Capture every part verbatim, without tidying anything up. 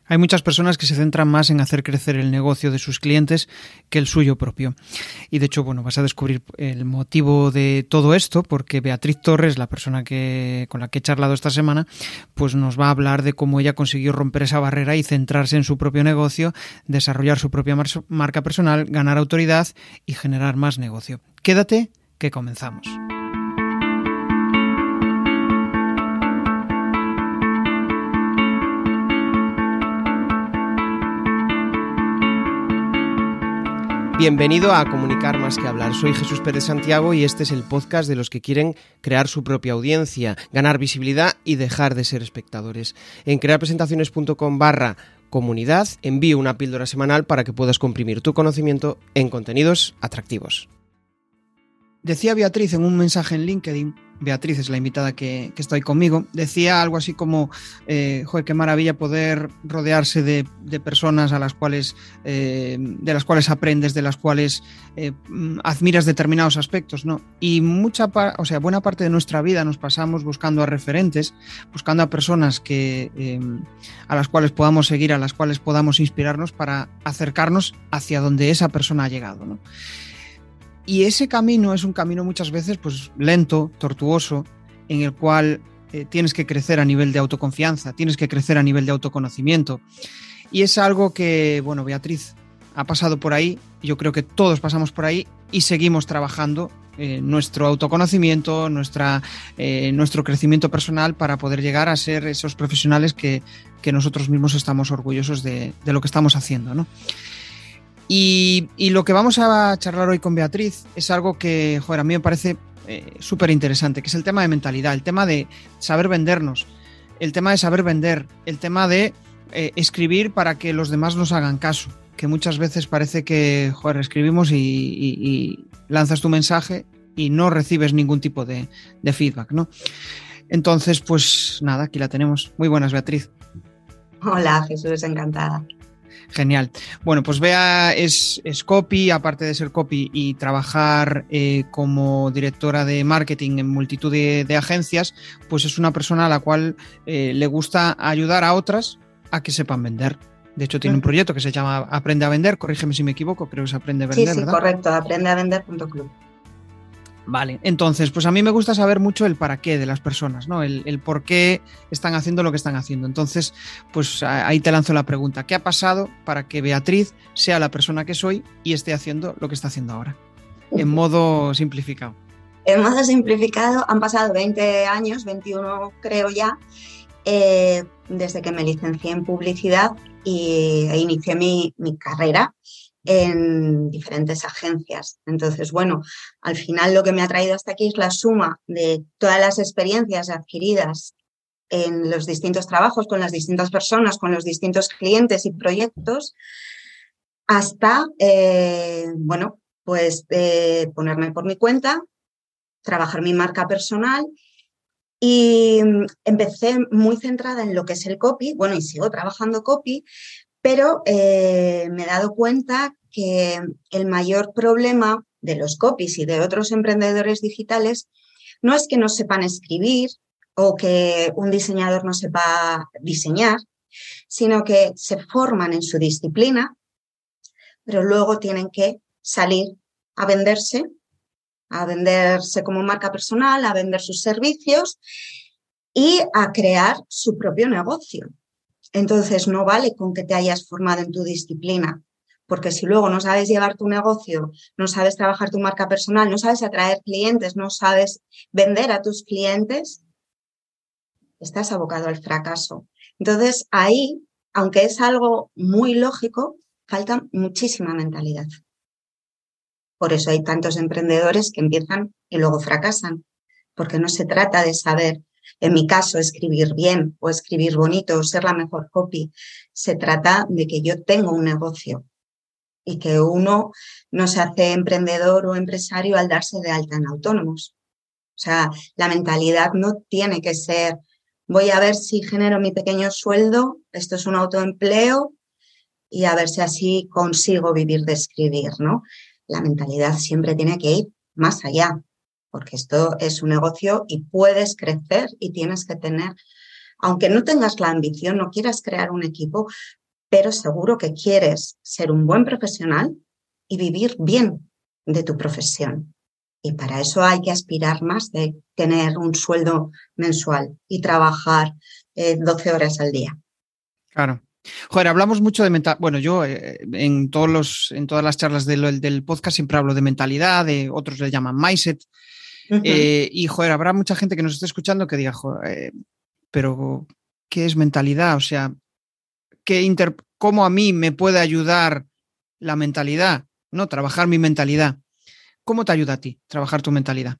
Hay muchas personas que se centran más en hacer crecer el negocio de sus clientes que el suyo propio. Y de hecho, bueno, vas a descubrir el motivo de todo esto porque Beatriz Torres, la persona que, con la que he charlado esta semana, pues nos va a hablar de cómo ella consiguió romper esa barrera y centrarse en su propio negocio, desarrollar su propia mar- marca personal, ganar autoridad y generar más negocio. Quédate, que comenzamos. Bienvenido a Comunicar más que hablar. Soy Jesús Pérez Santiago y este es el podcast de los que quieren crear su propia audiencia, ganar visibilidad y dejar de ser espectadores. En crearpresentaciones.com barra comunidad envío una píldora semanal para que puedas comprimir tu conocimiento en contenidos atractivos. Decía Beatriz en un mensaje en LinkedIn, Beatriz es la invitada que, que está hoy conmigo, decía algo así como, eh, joder, qué maravilla poder rodearse de, de personas a las cuales, eh, de las cuales aprendes, de las cuales eh, admiras determinados aspectos, ¿no? Y mucha, o sea, buena parte de nuestra vida nos pasamos buscando a referentes, buscando a personas que, eh, a las cuales podamos seguir, a las cuales podamos inspirarnos para acercarnos hacia donde esa persona ha llegado, ¿no? Y ese camino es un camino muchas veces pues lento, tortuoso, en el cual eh, tienes que crecer a nivel de autoconfianza, tienes que crecer a nivel de autoconocimiento. Y es algo que, bueno, Beatriz ha pasado por ahí, yo creo que todos pasamos por ahí y seguimos trabajando eh, nuestro autoconocimiento, nuestra, eh, nuestro crecimiento personal para poder llegar a ser esos profesionales que, que nosotros mismos estamos orgullosos de, de lo que estamos haciendo, ¿no? Y, y lo que vamos a charlar hoy con Beatriz es algo que, joder, a mí me parece eh, súper interesante, que es el tema de mentalidad, el tema de saber vendernos, el tema de saber vender, el tema de eh, escribir para que los demás nos hagan caso, que muchas veces parece que, joder, escribimos y, y, y lanzas tu mensaje y no recibes ningún tipo de, de feedback, ¿no? Entonces, pues nada, aquí la tenemos. Muy buenas, Beatriz. Hola, Jesús, encantada. Genial. Bueno, pues Bea es, es copy, aparte de ser copy y trabajar eh, como directora de marketing en multitud de, de agencias, pues es una persona a la cual eh, le gusta ayudar a otras a que sepan vender. De hecho, tiene un proyecto que se llama Aprende a Vender, corrígeme si me equivoco, creo que es Aprende a Vender, sí, sí, ¿verdad? Correcto, aprende a vender punto club. Vale, entonces, pues a mí me gusta saber mucho el para qué de las personas, ¿no? El, el por qué están haciendo lo que están haciendo. Entonces, pues ahí te lanzo la pregunta. ¿Qué ha pasado para que Beatriz sea la persona que soy y esté haciendo lo que está haciendo ahora? En modo simplificado. En modo simplificado, han pasado veinte años, veintiuno creo ya, eh, desde que me licencié en publicidad y, e inicié mi, mi carrera en diferentes agencias. Entonces, bueno, al final lo que me ha traído hasta aquí es la suma de todas las experiencias adquiridas en los distintos trabajos, con las distintas personas, con los distintos clientes y proyectos, hasta, eh, bueno, pues eh, ponerme por mi cuenta, trabajar mi marca personal y empecé muy centrada en lo que es el copy, bueno, y sigo trabajando copy, pero eh, me he dado cuenta que el mayor problema de los copies y de otros emprendedores digitales no es que no sepan escribir o que un diseñador no sepa diseñar, sino que se forman en su disciplina, pero luego tienen que salir a venderse, a venderse como marca personal, a vender sus servicios y a crear su propio negocio. Entonces, no vale con que te hayas formado en tu disciplina, porque si luego no sabes llevar tu negocio, no sabes trabajar tu marca personal, no sabes atraer clientes, no sabes vender a tus clientes, estás abocado al fracaso. Entonces, ahí, aunque es algo muy lógico, falta muchísima mentalidad. Por eso hay tantos emprendedores que empiezan y luego fracasan, porque no se trata de saber, en mi caso, escribir bien o escribir bonito o ser la mejor copy. Se trata de que yo tengo un negocio y que uno no se hace emprendedor o empresario al darse de alta en autónomos. O sea, la mentalidad no tiene que ser, voy a ver si genero mi pequeño sueldo, esto es un autoempleo y a ver si así consigo vivir de escribir, ¿no? La mentalidad siempre tiene que ir más allá, porque esto es un negocio y puedes crecer y tienes que tener, aunque no tengas la ambición, no quieras crear un equipo, pero seguro que quieres ser un buen profesional y vivir bien de tu profesión. Y para eso hay que aspirar más de tener un sueldo mensual y trabajar eh, doce horas al día. Claro. Joder, hablamos mucho de mental. Bueno, yo eh, en todos los, en todas las charlas del, del podcast siempre hablo de mentalidad, de otros le llaman mindset. Uh-huh. Eh, y joder, habrá mucha gente que nos esté escuchando que diga, joder, eh, pero ¿qué es mentalidad? O sea, ¿qué inter... ¿cómo a mí me puede ayudar la mentalidad? No, trabajar mi mentalidad. ¿Cómo te ayuda a ti trabajar tu mentalidad?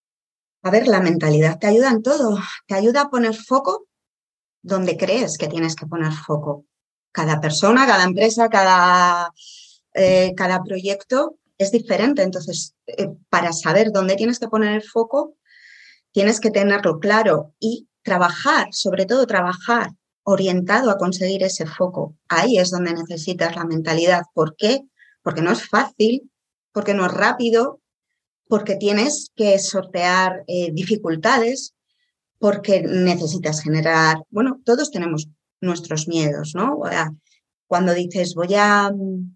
A ver, la mentalidad te ayuda en todo. Te ayuda a poner foco donde crees que tienes que poner foco. Cada persona, cada empresa, cada, eh, cada proyecto es diferente. Entonces, eh, para saber dónde tienes que poner el foco, tienes que tenerlo claro y trabajar, sobre todo trabajar orientado a conseguir ese foco. Ahí es donde necesitas la mentalidad. ¿Por qué? Porque no es fácil, porque no es rápido, porque tienes que sortear eh, dificultades, porque necesitas generar, bueno, todos tenemos nuestros miedos, ¿no? O sea, cuando dices voy a,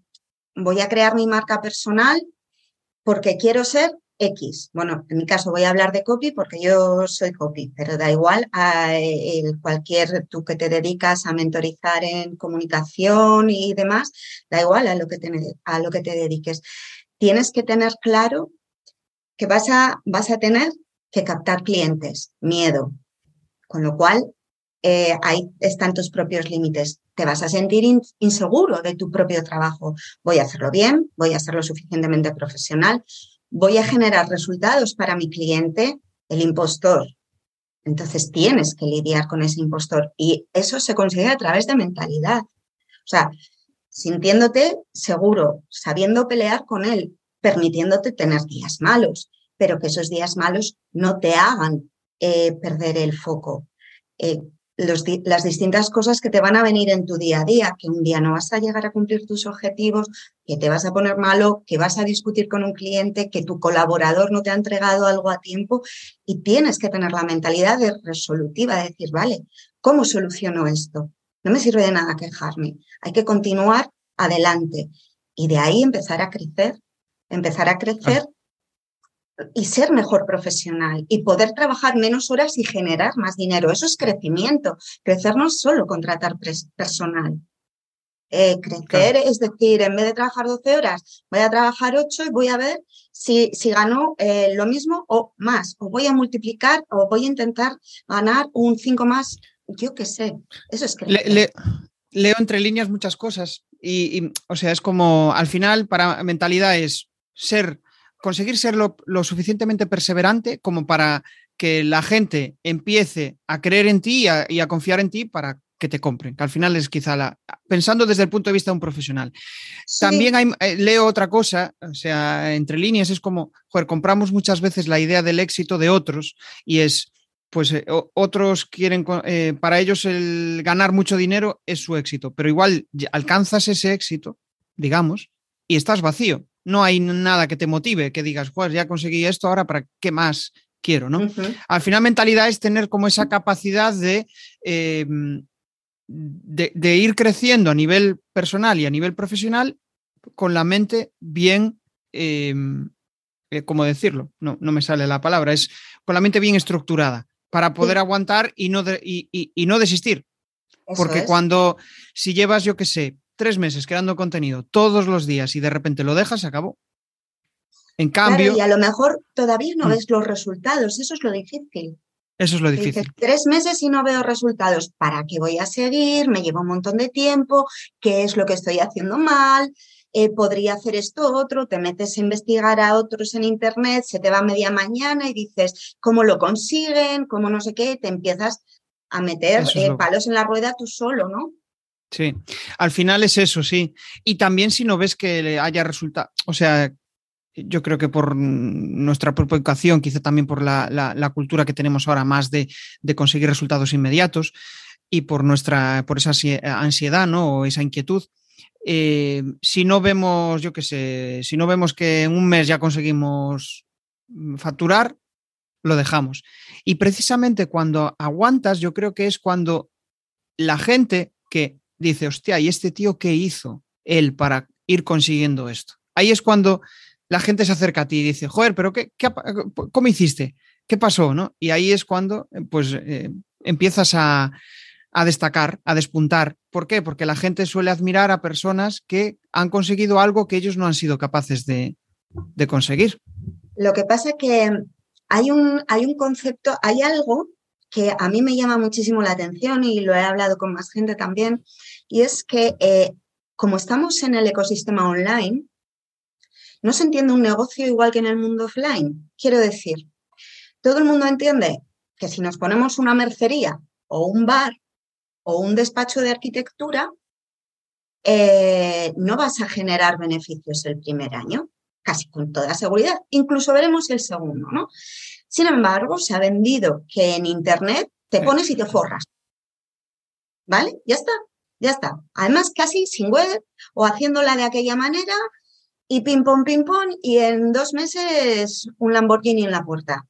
voy a crear mi marca personal porque quiero ser X. Bueno, en mi caso voy a hablar de copy porque yo soy copy, pero da igual a el, cualquier, tú que te dedicas a mentorizar en comunicación y demás, da igual a lo que te, a lo que te dediques. Tienes que tener claro que vas a, vas a tener que captar clientes, miedo, con lo cual eh, ahí están tus propios límites. Te vas a sentir in, inseguro de tu propio trabajo. Voy a hacerlo bien, voy a ser lo suficientemente profesional, voy a generar resultados para mi cliente, el impostor. Entonces tienes que lidiar con ese impostor y eso se consigue a través de mentalidad. O sea, sintiéndote seguro, sabiendo pelear con él, permitiéndote tener días malos, pero que esos días malos no te hagan eh, perder el foco. Eh, los, las distintas cosas que te van a venir en tu día a día, que un día no vas a llegar a cumplir tus objetivos, que te vas a poner malo, que vas a discutir con un cliente, que tu colaborador no te ha entregado algo a tiempo y tienes que tener la mentalidad de resolutiva, de decir, vale, ¿cómo soluciono esto? No me sirve de nada quejarme, hay que continuar adelante y de ahí empezar a crecer, empezar a crecer y ser mejor profesional y poder trabajar menos horas y generar más dinero. Eso es crecimiento. Crecer no es solo contratar personal. Eh, crecer, claro. Es decir, en vez de trabajar doce horas, voy a trabajar ocho y voy a ver si, si gano eh, lo mismo o más. O voy a multiplicar o voy a intentar ganar un cinco más. Yo qué sé. Eso es crecer. Le, le, leo entre líneas muchas cosas y, y, o sea, es como, al final, para mentalidad es ser... conseguir ser lo, lo suficientemente perseverante como para que la gente empiece a creer en ti y a, y a confiar en ti para que te compren, que al final es quizá la... Pensando desde el punto de vista de un profesional. Sí. También hay, eh, leo otra cosa, o sea, entre líneas es como, joder, compramos muchas veces la idea del éxito de otros y es, pues eh, otros quieren, eh, para ellos el ganar mucho dinero es su éxito, pero igual alcanzas ese éxito, digamos, y estás vacío. No hay nada que te motive, que digas, pues ya conseguí esto, ahora para qué más quiero, ¿no? Uh-huh. Al final mentalidad es tener como esa capacidad de, eh, de, de ir creciendo a nivel personal y a nivel profesional con la mente bien, eh, eh, ¿cómo decirlo? No, no me sale la palabra, es con la mente bien estructurada para poder sí. aguantar y no, de, y, y, y no desistir. Eso Porque es. Cuando, si llevas, yo qué sé, tres meses creando contenido todos los días y de repente lo dejas, se acabó. En cambio... Claro, y a lo mejor todavía no ves los resultados, eso es lo difícil. Eso es lo difícil. Dices, tres meses y no veo resultados. ¿Para qué voy a seguir? Me lleva un montón de tiempo. ¿Qué es lo que estoy haciendo mal? Eh, ¿Podría hacer esto otro? Te metes a investigar a otros en internet, se te va media mañana y dices, ¿cómo lo consiguen? ¿Cómo no sé qué? Te empiezas a meter es eh, lo... palos en la rueda tú solo, ¿no? Sí, al final es eso, sí. Y también si no ves que haya resultado, o sea, yo creo que por nuestra propia educación, quizá también por la, la, la cultura que tenemos ahora más de, de conseguir resultados inmediatos y por nuestra, por esa ansiedad, ¿no? O esa inquietud. Eh, si no vemos, yo qué sé, si no vemos que en un mes ya conseguimos facturar, lo dejamos. Y precisamente cuando aguantas, yo creo que es cuando la gente que dice, hostia, ¿y este tío qué hizo él para ir consiguiendo esto? Ahí es cuando la gente se acerca a ti y dice, joder, pero qué, qué, ¿cómo hiciste? ¿Qué pasó? ¿No? Y ahí es cuando pues eh, empiezas a, a destacar, a despuntar. ¿Por qué? Porque la gente suele admirar a personas que han conseguido algo que ellos no han sido capaces de, de conseguir. Lo que pasa es que hay un, hay un concepto, hay algo que a mí me llama muchísimo la atención y lo he hablado con más gente también, y es que eh, como estamos en el ecosistema online, no se entiende un negocio igual que en el mundo offline. Quiero decir, todo el mundo entiende que si nos ponemos una mercería o un bar o un despacho de arquitectura, eh, no vas a generar beneficios el primer año, casi con toda seguridad. Incluso veremos el segundo, ¿no? Sin embargo, se ha vendido que en Internet te pones y te forras. ¿Vale? Ya está, ya está. Además, casi sin web o haciéndola de aquella manera y ping pong, ping pong y en dos meses un Lamborghini en la puerta.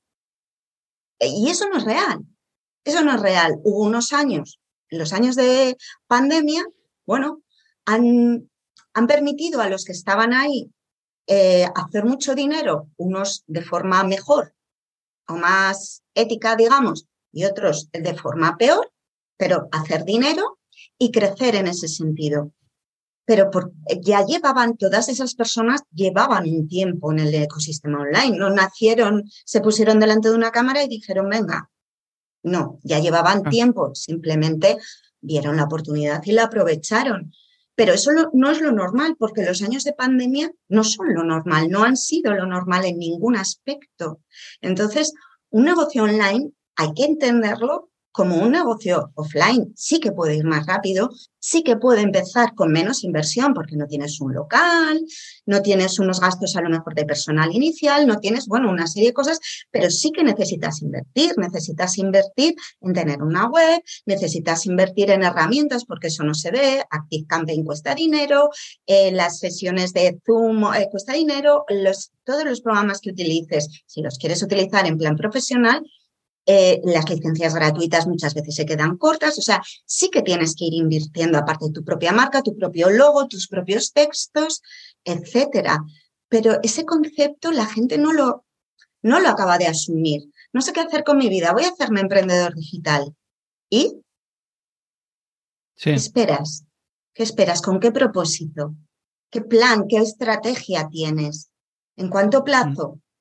Y eso no es real. Eso no es real. Hubo unos años, los años de pandemia, bueno, han, han permitido a los que estaban ahí eh, hacer mucho dinero, unos de forma mejor o más ética, digamos, y otros de forma peor, pero hacer dinero y crecer en ese sentido. Pero por, ya llevaban, todas esas personas llevaban un tiempo en el ecosistema online, no nacieron, se pusieron delante de una cámara y dijeron, venga, no, ya llevaban ah. tiempo, simplemente vieron la oportunidad y la aprovecharon. Pero eso lo, no es lo normal, porque los años de pandemia no son lo normal, no han sido lo normal en ningún aspecto. Entonces, un negocio online hay que entenderlo como un negocio offline. Sí que puede ir más rápido, sí que puede empezar con menos inversión, porque no tienes un local, no tienes unos gastos a lo mejor de personal inicial, no tienes, bueno, una serie de cosas, pero sí que necesitas invertir, necesitas invertir en tener una web, necesitas invertir en herramientas, porque eso no se ve, ActiveCampaign cuesta dinero, eh, las sesiones de Zoom eh, cuesta dinero, los, todos los programas que utilices, si los quieres utilizar en plan profesional, Eh, las licencias gratuitas muchas veces se quedan cortas, o sea, sí que tienes que ir invirtiendo aparte de tu propia marca, tu propio logo, tus propios textos, etcétera. Pero ese concepto la gente no lo, no lo acaba de asumir. No sé qué hacer con mi vida, voy a hacerme emprendedor digital. ¿Y? Sí. ¿Qué esperas? ¿Qué esperas? ¿Con qué propósito? ¿Qué plan? ¿Qué estrategia tienes? ¿En cuánto plazo? Mm.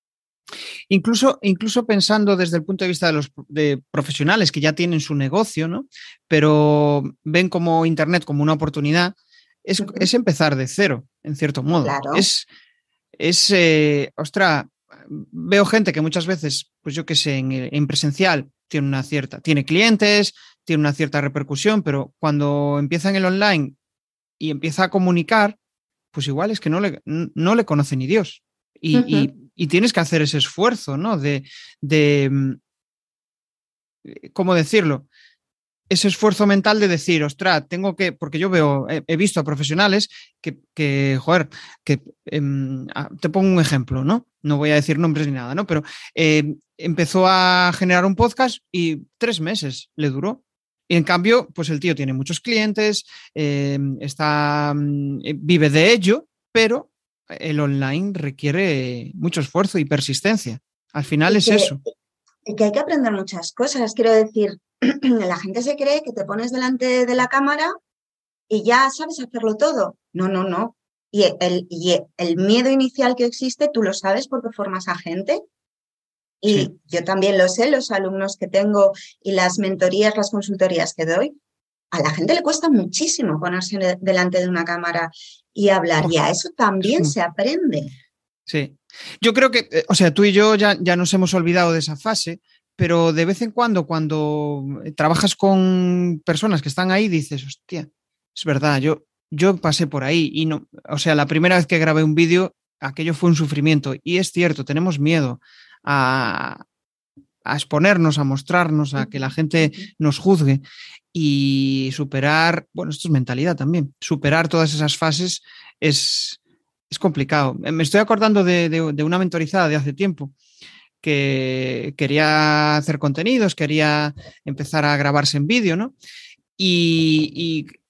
Incluso, incluso pensando desde el punto de vista de los de profesionales que ya tienen su negocio, ¿no? Pero ven como Internet como una oportunidad, es, uh-huh. es empezar de cero, en cierto modo. Claro. Es, es eh, ostras, veo gente que muchas veces, pues yo qué sé, en, en presencial tiene una cierta, tiene clientes, tiene una cierta repercusión, pero cuando empieza en el online y empieza a comunicar, pues igual es que no le, no le conoce ni Dios. Y, uh-huh. y, y tienes que hacer ese esfuerzo, ¿no? De, de, ¿cómo decirlo? Ese esfuerzo mental de decir, ostras, tengo que, porque yo veo, he, he visto a profesionales que, que joder, que eh, te pongo un ejemplo, ¿no? No voy a decir nombres ni nada, ¿no? Pero eh, empezó a generar un podcast y tres meses le duró. Y en cambio, pues el tío tiene muchos clientes, eh, está, vive de ello, pero el online requiere mucho esfuerzo y persistencia. Al final y es que, eso. Y que hay que aprender muchas cosas. Quiero decir, la gente se cree que te pones delante de la cámara y ya sabes hacerlo todo. No, no, no. Y el, y el miedo inicial que existe, tú lo sabes porque formas a gente. Y sí. Yo también lo sé, los alumnos que tengo y las mentorías, las consultorías que doy, a la gente le cuesta muchísimo ponerse delante de una cámara y hablar. Uf, y a eso también es... se aprende. Sí. Yo creo que, o sea, tú y yo ya, ya nos hemos olvidado de esa fase, pero de vez en cuando, cuando trabajas con personas que están ahí, dices, hostia, es verdad, yo, yo pasé por ahí y no, o sea, la primera vez que grabé un vídeo, aquello fue un sufrimiento. Y es cierto, tenemos miedo a, a exponernos, a mostrarnos, a que la gente nos juzgue y superar, bueno, esto es mentalidad también, superar todas esas fases es, es complicado. Me estoy acordando de, de, de una mentorizada de hace tiempo que quería hacer contenidos, quería empezar a grabarse en vídeo, ¿no? Y, y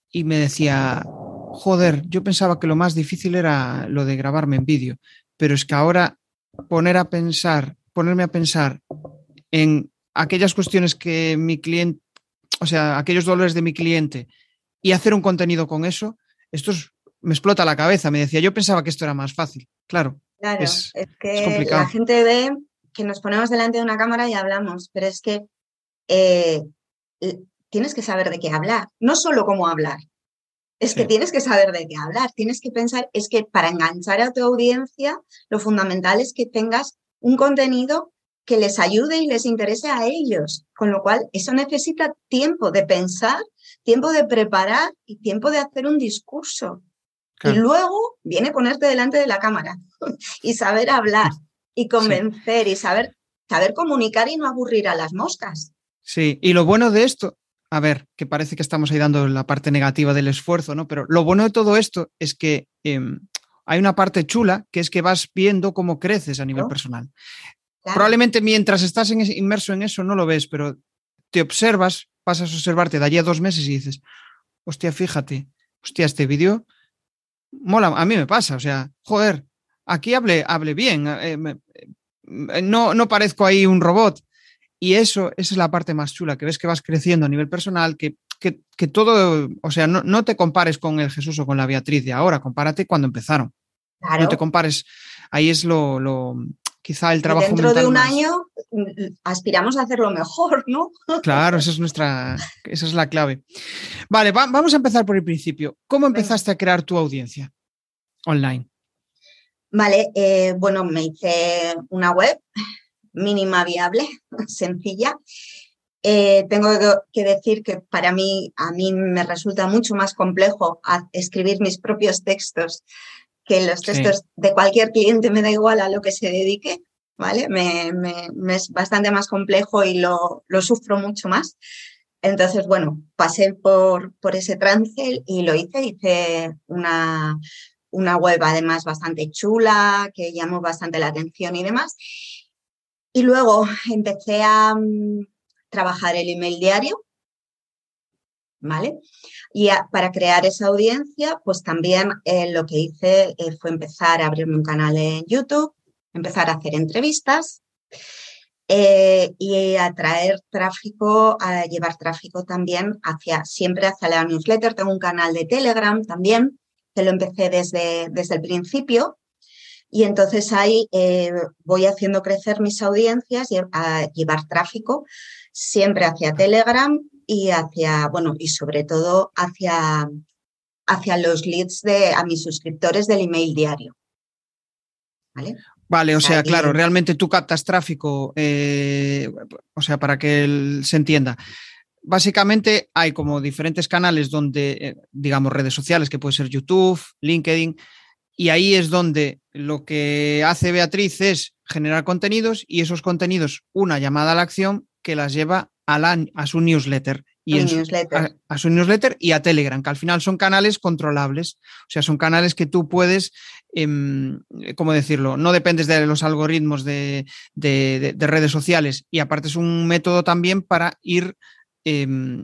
y me decía, joder, yo pensaba que lo más difícil era lo de grabarme en vídeo, pero es que ahora poner a pensar, ponerme a pensar en aquellas cuestiones que mi cliente, o sea, aquellos dolores de mi cliente y hacer un contenido con eso, esto es, me explota la cabeza. Me decía, yo pensaba que esto era más fácil. Claro, Claro, es, es es que la complicado. gente ve que nos ponemos delante de una cámara y hablamos, pero es que eh, tienes que saber de qué hablar, no solo cómo hablar. Es que Sí. tienes que saber de qué hablar, tienes que pensar, es que para enganchar a tu audiencia, lo fundamental es que tengas un contenido que les ayude y les interese a ellos. Con lo cual, eso necesita tiempo de pensar, tiempo de preparar y tiempo de hacer un discurso. Claro. Y luego viene ponerte delante de la cámara y saber hablar y convencer sí. y saber, saber comunicar y no aburrir a las moscas. Sí, y lo bueno de esto, a ver, que parece que estamos ahí dando la parte negativa del esfuerzo, ¿no? Pero lo bueno de todo esto es que eh, hay una parte chula, que es que vas viendo cómo creces a nivel Claro. personal. Claro. Probablemente mientras estás en, inmerso en eso no lo ves, pero te observas, pasas a observarte de allí a dos meses y dices, hostia, fíjate, hostia, este vídeo mola, a mí me pasa, o sea, joder, aquí hable, hable bien, eh, me, eh, no, no parezco ahí un robot. Y eso, esa es la parte más chula, que ves que vas creciendo a nivel personal, que, que, que todo, o sea, no, no te compares con el Jesús o con la Beatriz de ahora, compárate cuando empezaron. Claro. No te compares, ahí es lo, lo quizá el trabajo y dentro mental de un más... año aspiramos a hacerlo mejor, ¿no? Claro, esa es nuestra, esa es la clave. Vale, va, vamos a empezar por el principio. ¿Cómo empezaste Venga. a crear tu audiencia online? Vale, eh, bueno, me hice una web mínima viable, sencilla. Eh, tengo que decir que para mí, a mí me resulta mucho más complejo escribir mis propios textos que los textos sí. de cualquier cliente, me da igual a lo que se dedique, ¿vale? Me, me, me es bastante más complejo y lo, lo sufro mucho más. Entonces, bueno, pasé por, por ese trance y lo hice, hice una, una web además bastante chula, que llamó bastante la atención y demás. Y luego empecé a um, trabajar el email diario, ¿vale? Y a, para crear esa audiencia, pues también eh, lo que hice eh, fue empezar a abrirme un canal en YouTube, empezar a hacer entrevistas eh, y atraer tráfico, a llevar tráfico también hacia, siempre hacia la newsletter. Tengo un canal de Telegram también, que lo empecé desde, desde el principio. Y entonces ahí eh, voy haciendo crecer mis audiencias y a llevar tráfico siempre hacia Telegram y hacia, bueno, y sobre todo hacia, hacia los leads de, a mis suscriptores del email diario. ¿Vale? Vale, o sea, ahí... claro, realmente tú captas tráfico, eh, o sea, para que él se entienda. Básicamente hay como diferentes canales donde, eh, digamos, redes sociales, que puede ser YouTube, LinkedIn, y ahí es donde lo que hace Beatriz es generar contenidos y esos contenidos, una llamada a la acción que las lleva a, la, a su newsletter. Y en su, newsletter. A, a su newsletter y a Telegram, que al final son canales controlables. O sea, son canales que tú puedes, eh, ¿cómo decirlo? No dependes de los algoritmos de, de, de, de redes sociales. Y aparte es un método también para ir eh,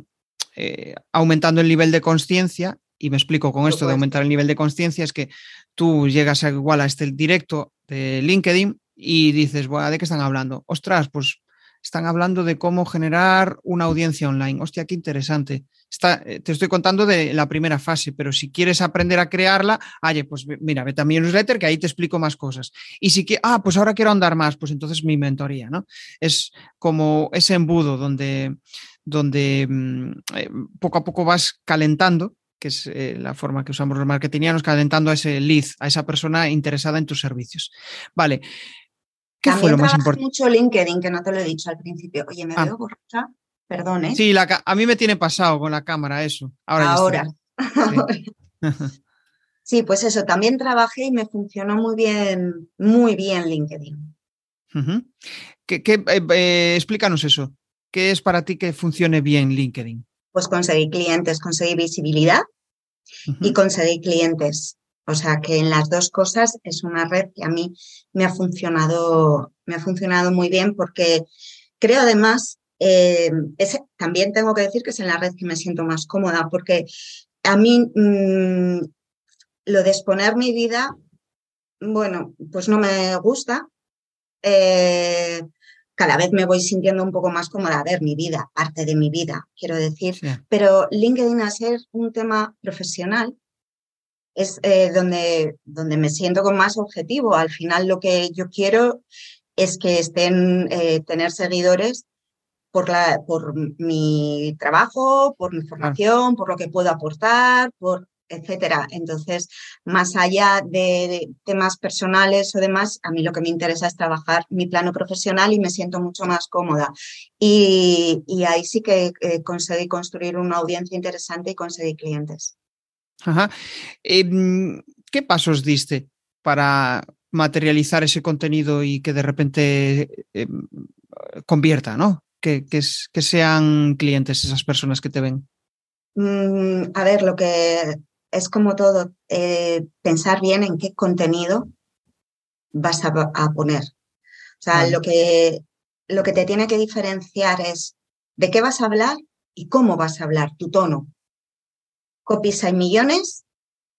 eh, aumentando el nivel de conciencia. Y me explico con esto de aumentar el nivel de conciencia, es que tú llegas a, igual a este directo de LinkedIn y dices, bueno, ¿de qué están hablando? Ostras, pues están hablando de cómo generar una audiencia online. Hostia, qué interesante. Está, te estoy contando de la primera fase, pero si quieres aprender a crearla, oye, pues mira, vete a mi newsletter que ahí te explico más cosas. Y si que, ah, pues ahora quiero andar más, pues entonces mi mentoría, ¿no? Es como ese embudo donde, donde eh, poco a poco vas calentando, que es eh, la forma que usamos los marketingianos, calentando a ese lead, a esa persona interesada en tus servicios. Vale. ¿Qué También fue lo más importante? Mucho LinkedIn, que no te lo he dicho al principio. Oye, ¿me ah. veo borrosa? Perdón, ¿eh? Sí, la, a mí me tiene pasado con la cámara eso. Ahora, Ahora. Ya está. Sí. Sí, pues eso, también trabajé y me funcionó muy bien, muy bien LinkedIn. Uh-huh. ¿Qué, qué, eh, eh, explícanos eso. ¿Qué es para ti que funcione bien LinkedIn? Pues conseguir clientes, conseguir visibilidad uh-huh. y conseguir clientes. O sea que en las dos cosas es una red que a mí me ha funcionado, me ha funcionado muy bien porque creo además, eh, es, también tengo que decir que es en la red que me siento más cómoda porque a mí mmm, lo de exponer mi vida, bueno, pues no me gusta. Eh, cada vez me voy sintiendo un poco más cómoda. A ver, mi vida, parte de mi vida, quiero decir. Sí. Pero LinkedIn, al ser un tema profesional, es eh, donde, donde me siento con más objetivo. Al final lo que yo quiero es que estén, eh, tener seguidores por, la, por mi trabajo, por mi formación, ah. por lo que puedo aportar, por etcétera. Entonces, más allá de temas personales o demás, a mí lo que me interesa es trabajar mi plano profesional y me siento mucho más cómoda. Y, y ahí sí que eh, conseguí construir una audiencia interesante y conseguí clientes. Ajá. Eh, ¿Qué pasos diste para materializar ese contenido y que de repente eh, convierta, ¿no? Que, que, que sean clientes esas personas que te ven. Mm, a ver, lo que es como todo, eh, pensar bien en qué contenido vas a, a poner. O sea, vale. lo, que, lo que te tiene que diferenciar es de qué vas a hablar y cómo vas a hablar, tu tono. Copies hay millones,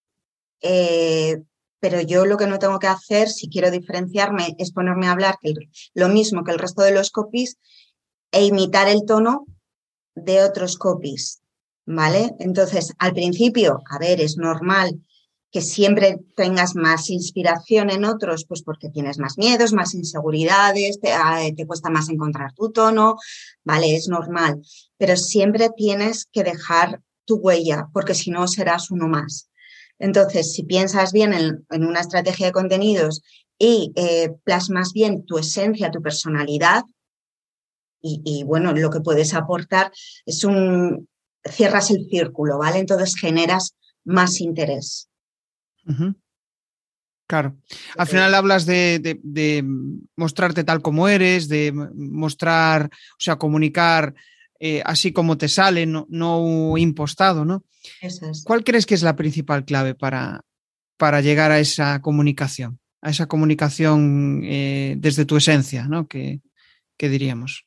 eh, pero yo lo que no tengo que hacer, si quiero diferenciarme, es ponerme a hablar que el, lo mismo que el resto de los copies e imitar el tono de otros copies, ¿vale? Entonces, al principio, a ver, es normal que siempre tengas más inspiración en otros, pues porque tienes más miedos, más inseguridades, te, te cuesta más encontrar tu tono, ¿vale? Es normal, pero siempre tienes que dejar tu huella, porque si no serás uno más. Entonces, si piensas bien en, en una estrategia de contenidos y eh, plasmas bien tu esencia, tu personalidad, Y, y bueno, lo que puedes aportar es un... cierras el círculo, ¿vale? Entonces generas más interés. Uh-huh. Claro. Al final hablas de, de, de mostrarte tal como eres, de mostrar, o sea, comunicar eh, así como te sale, no, no impostado, ¿no? Eso es. ¿Cuál crees que es la principal clave para, para llegar a esa comunicación? A esa comunicación eh, desde tu esencia, ¿no? ¿Qué, qué diríamos?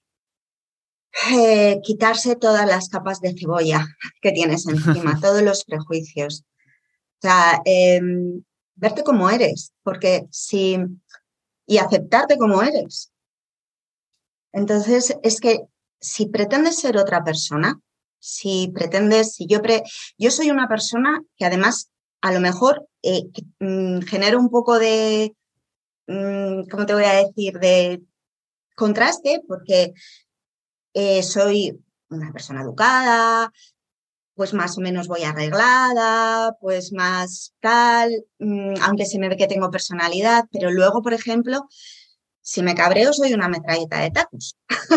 Eh, quitarse todas las capas de cebolla que tienes encima, todos los prejuicios. O sea, eh, verte como eres, porque si... y aceptarte como eres. Entonces, es que si pretendes ser otra persona, si pretendes, si yo, pre, yo soy una persona que además a lo mejor eh, que, mm, genero un poco de, mm, ¿cómo te voy a decir?, de contraste, porque Eh, soy una persona educada, pues más o menos voy arreglada, pues más tal, mmm, aunque se me ve que tengo personalidad, pero luego, por ejemplo, si me cabreo soy una metralleta de tacos.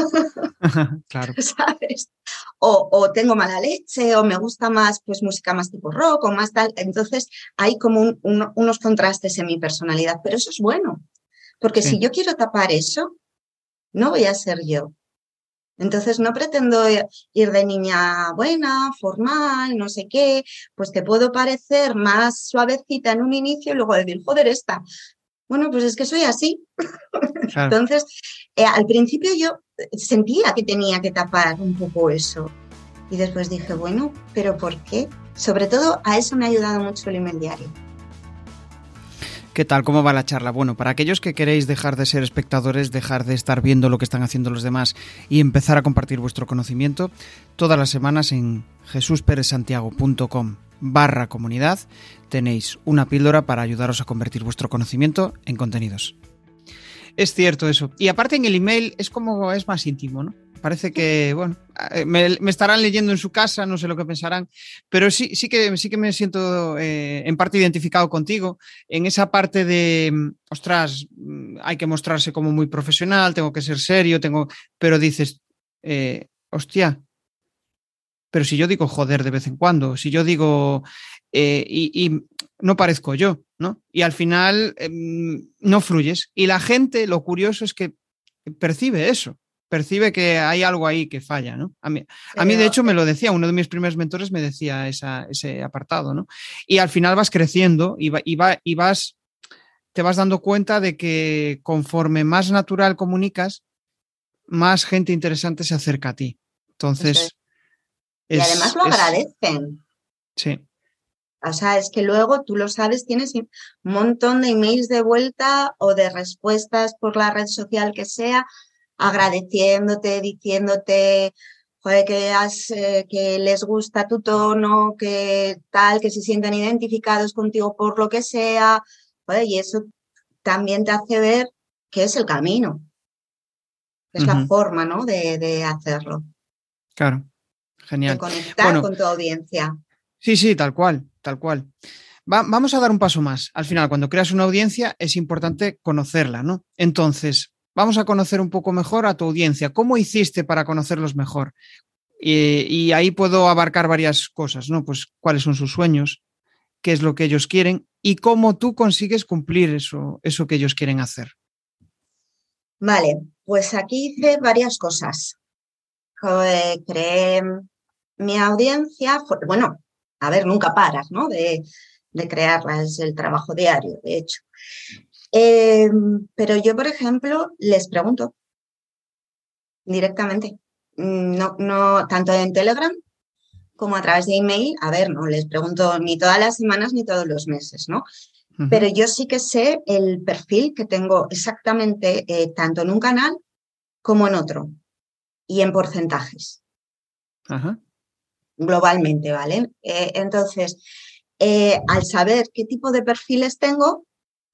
Claro. ¿Sabes? O, o tengo mala leche, o me gusta más pues música más tipo rock, o más tal. Entonces hay como un, un, unos contrastes en mi personalidad, pero eso es bueno, porque sí. Si yo quiero tapar eso, no voy a ser yo. Entonces no pretendo ir de niña buena, formal, no sé qué, pues te puedo parecer más suavecita en un inicio y luego decir, joder, esta. Bueno, pues es que soy así. Claro. Entonces, eh, al principio yo sentía que tenía que tapar un poco eso. Y después dije, bueno, ¿pero por qué? Sobre todo a eso me ha ayudado mucho el email diario. ¿Qué tal? ¿Cómo va la charla? Bueno, para aquellos que queréis dejar de ser espectadores, dejar de estar viendo lo que están haciendo los demás y empezar a compartir vuestro conocimiento, todas las semanas en jesusperezsantiago.com barra comunidad tenéis una píldora para ayudaros a convertir vuestro conocimiento en contenidos. Es cierto eso. Y aparte en el email es como es más íntimo, ¿no? Parece que, bueno, me, me estarán leyendo en su casa, no sé lo que pensarán, pero sí, sí, que, sí que me siento eh, en parte identificado contigo, en esa parte de, ostras, hay que mostrarse como muy profesional, tengo que ser serio, tengo, pero dices, eh, hostia, pero si yo digo joder de vez en cuando, si yo digo, eh, y, y no parezco yo, ¿no? Y al final eh, no fluyes. Y la gente, lo curioso es que percibe eso. Percibe que hay algo ahí que falla, ¿no? A mí, a mí, de hecho, me lo decía, uno de mis primeros mentores me decía esa, ese apartado, ¿no? Y al final vas creciendo y, va, y, va, y vas, te vas dando cuenta de que conforme más natural comunicas, más gente interesante se acerca a ti. Entonces... Y es, además lo es, agradecen. Sí. O sea, es que luego tú lo sabes, tienes un montón de emails de vuelta o de respuestas por la red social que sea, agradeciéndote, diciéndote, joder, que, has, eh, que les gusta tu tono, que tal, que se sienten identificados contigo por lo que sea. Joder, y eso también te hace ver que es el camino, que es uh-huh. la forma, ¿no? de, de hacerlo. Claro, genial. De conectar bueno, con tu audiencia. Sí, sí, tal cual, tal cual. Va, vamos a dar un paso más. Al final, cuando creas una audiencia, es importante conocerla, ¿no? Entonces, vamos a conocer un poco mejor a tu audiencia. ¿Cómo hiciste para conocerlos mejor? Y, y ahí puedo abarcar varias cosas, ¿no? Pues cuáles son sus sueños, qué es lo que ellos quieren y cómo tú consigues cumplir eso, eso que ellos quieren hacer. Vale, pues aquí hice varias cosas. Creé mi audiencia, bueno, a ver, nunca paras, ¿no? De, de crearla, es el trabajo diario, de hecho. Eh, pero yo, por ejemplo, les pregunto directamente, no, no, tanto en Telegram como a través de email, a ver, no les pregunto ni todas las semanas ni todos los meses, ¿no? Uh-huh. Pero yo sí que sé el perfil que tengo exactamente eh, tanto en un canal como en otro y en porcentajes. Ajá. Globalmente, ¿vale? Eh, entonces, eh, al saber qué tipo de perfiles tengo,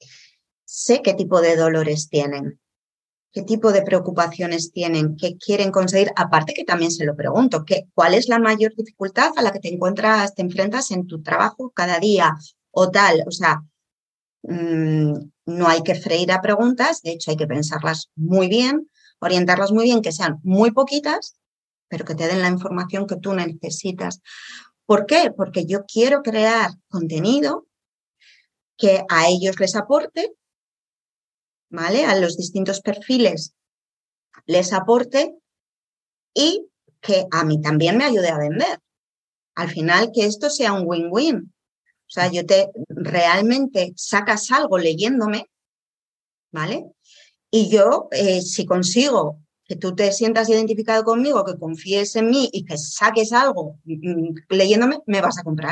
sé qué tipo de dolores tienen, qué tipo de preocupaciones tienen, qué quieren conseguir, aparte que también se lo pregunto, ¿qué, ¿cuál es la mayor dificultad a la que te encuentras, te enfrentas en tu trabajo cada día o tal? O sea, mmm, no hay que freír a preguntas, de hecho hay que pensarlas muy bien, orientarlas muy bien, que sean muy poquitas, pero que te den la información que tú necesitas. ¿Por qué? Porque yo quiero crear contenido que a ellos les aporte, ¿vale? A los distintos perfiles les aporte y que a mí también me ayude a vender. Al final, que esto sea un win-win. O sea, yo te realmente sacas algo leyéndome, ¿vale? Y yo, eh, si consigo que tú te sientas identificado conmigo, que confíes en mí y que saques algo mmm, leyéndome, me vas a comprar.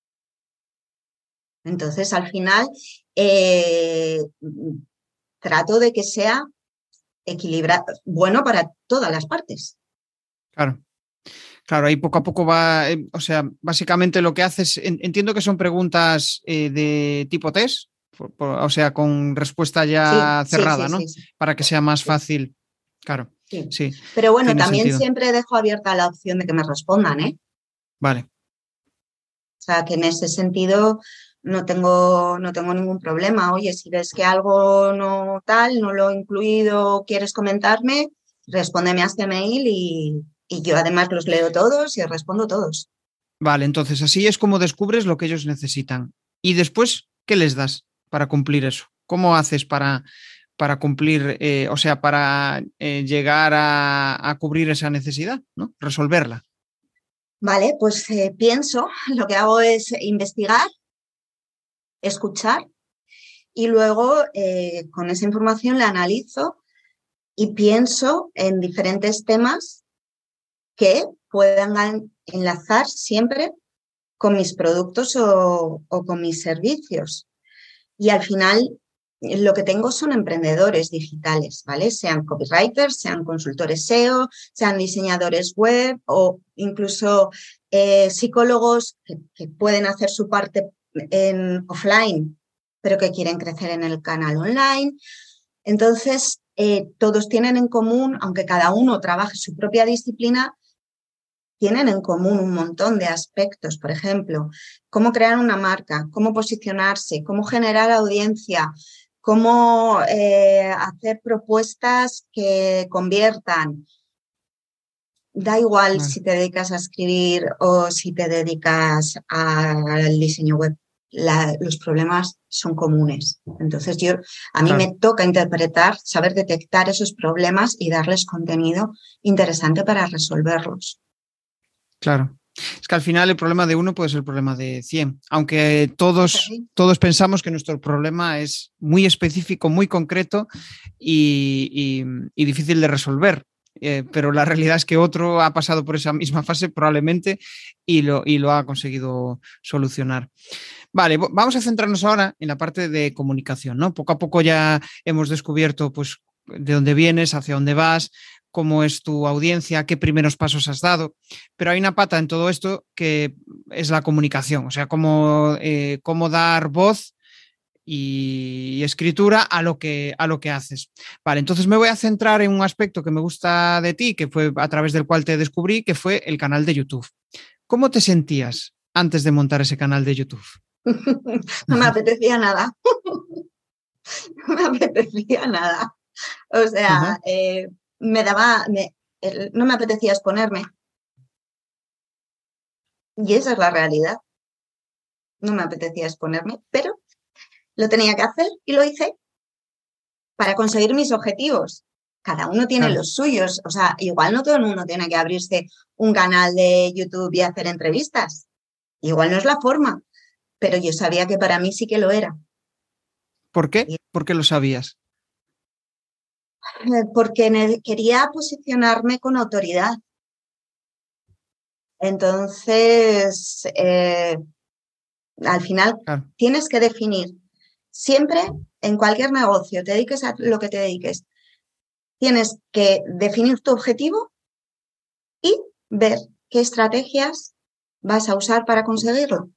Entonces, al final, eh, trato de que sea equilibrado, bueno para todas las partes. Claro. Claro, ahí poco a poco va, eh, o sea, básicamente lo que haces, en, entiendo que son preguntas eh, de tipo test, por, por, o sea, con respuesta ya sí, cerrada, sí, sí, ¿no? Sí, sí. Para que sea más fácil. Claro, sí. sí. Pero bueno, también sentido. Siempre dejo abierta la opción de que me respondan, ¿eh? Vale. O sea, que en ese sentido no tengo, no tengo ningún problema. Oye, si ves que algo no tal, no lo he incluido, quieres comentarme, respóndeme a este mail y, y yo además los leo todos y respondo todos. Vale, entonces así es como descubres lo que ellos necesitan. Y después, ¿qué les das para cumplir eso? ¿Cómo haces para, para cumplir, eh, o sea, para eh, llegar a, a cubrir esa necesidad, ¿no? Resolverla. Vale, pues eh, pienso, lo que hago es investigar, escuchar y luego eh, con esa información la analizo y pienso en diferentes temas que puedan enlazar siempre con mis productos o, o con mis servicios. Y al final lo que tengo son emprendedores digitales, ¿vale? Sean copywriters, sean consultores S E O, sean diseñadores web o incluso eh, psicólogos que, que pueden hacer su parte en offline, pero que quieren crecer en el canal online. Entonces, eh, todos tienen en común, aunque cada uno trabaje su propia disciplina, tienen en común un montón de aspectos, por ejemplo, cómo crear una marca, cómo posicionarse, cómo generar audiencia, cómo eh, hacer propuestas que conviertan. Da igual vale. Si te dedicas a escribir o si te dedicas a, al diseño web, la, los problemas son comunes. Entonces yo, a mí claro. me toca interpretar, saber detectar esos problemas y darles contenido interesante para resolverlos. Claro. Es que al final el problema de uno puede ser el problema de cien, aunque todos, todos pensamos que nuestro problema es muy específico, muy concreto y, y, y difícil de resolver. eh, pero la realidad es que otro ha pasado por esa misma fase probablemente y lo, y lo ha conseguido solucionar. Vale, vamos a centrarnos ahora en la parte de comunicación, ¿no? Poco a poco ya hemos descubierto, pues, de dónde vienes, hacia dónde vas, cómo es tu audiencia, qué primeros pasos has dado, pero hay una pata en todo esto que es la comunicación, o sea, cómo, eh, cómo dar voz y escritura a lo que, a lo que haces. Vale, entonces me voy a centrar en un aspecto que me gusta de ti, que fue a través del cual te descubrí, que fue el canal de YouTube. ¿Cómo te sentías antes de montar ese canal de YouTube? No me apetecía nada. No me apetecía nada. O sea, eh, me daba, me, el, no me apetecía exponerme. Y esa es la realidad. No me apetecía exponerme, pero lo tenía que hacer y lo hice para conseguir mis objetivos. Cada uno tiene Claro. los suyos. O sea, igual no todo el mundo tiene que abrirse un canal de YouTube y hacer entrevistas. Igual no es la forma, pero yo sabía que para mí sí que lo era. ¿Por qué? ¿Por qué lo sabías? Porque quería posicionarme con autoridad. Entonces, eh, al final claro. Tienes que definir siempre en cualquier negocio, te dediques a lo que te dediques, tienes que definir tu objetivo y ver qué estrategias vas a usar para conseguirlo.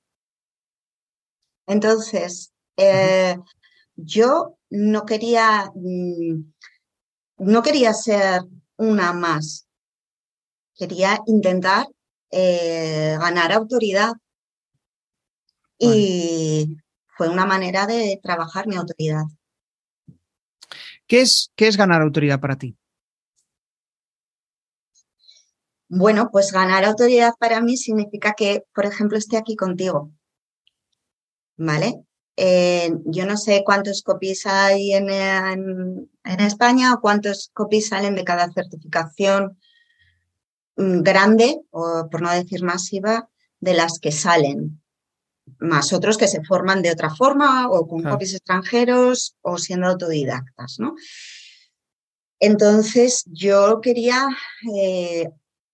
Entonces, eh, uh-huh. yo no quería, no quería ser una más, quería intentar eh, ganar autoridad. Vale. Y fue una manera de trabajar mi autoridad. ¿Qué es, qué es ganar autoridad para ti? Bueno, pues ganar autoridad para mí significa que, por ejemplo, esté aquí contigo. ¿Vale? Eh, yo no sé cuántos copies hay en, en, en España o cuántos copies salen de cada certificación grande, o por no decir masiva, de las que salen. Más otros que se forman de otra forma o con claro. copies extranjeros o siendo autodidactas, ¿no? Entonces yo quería eh,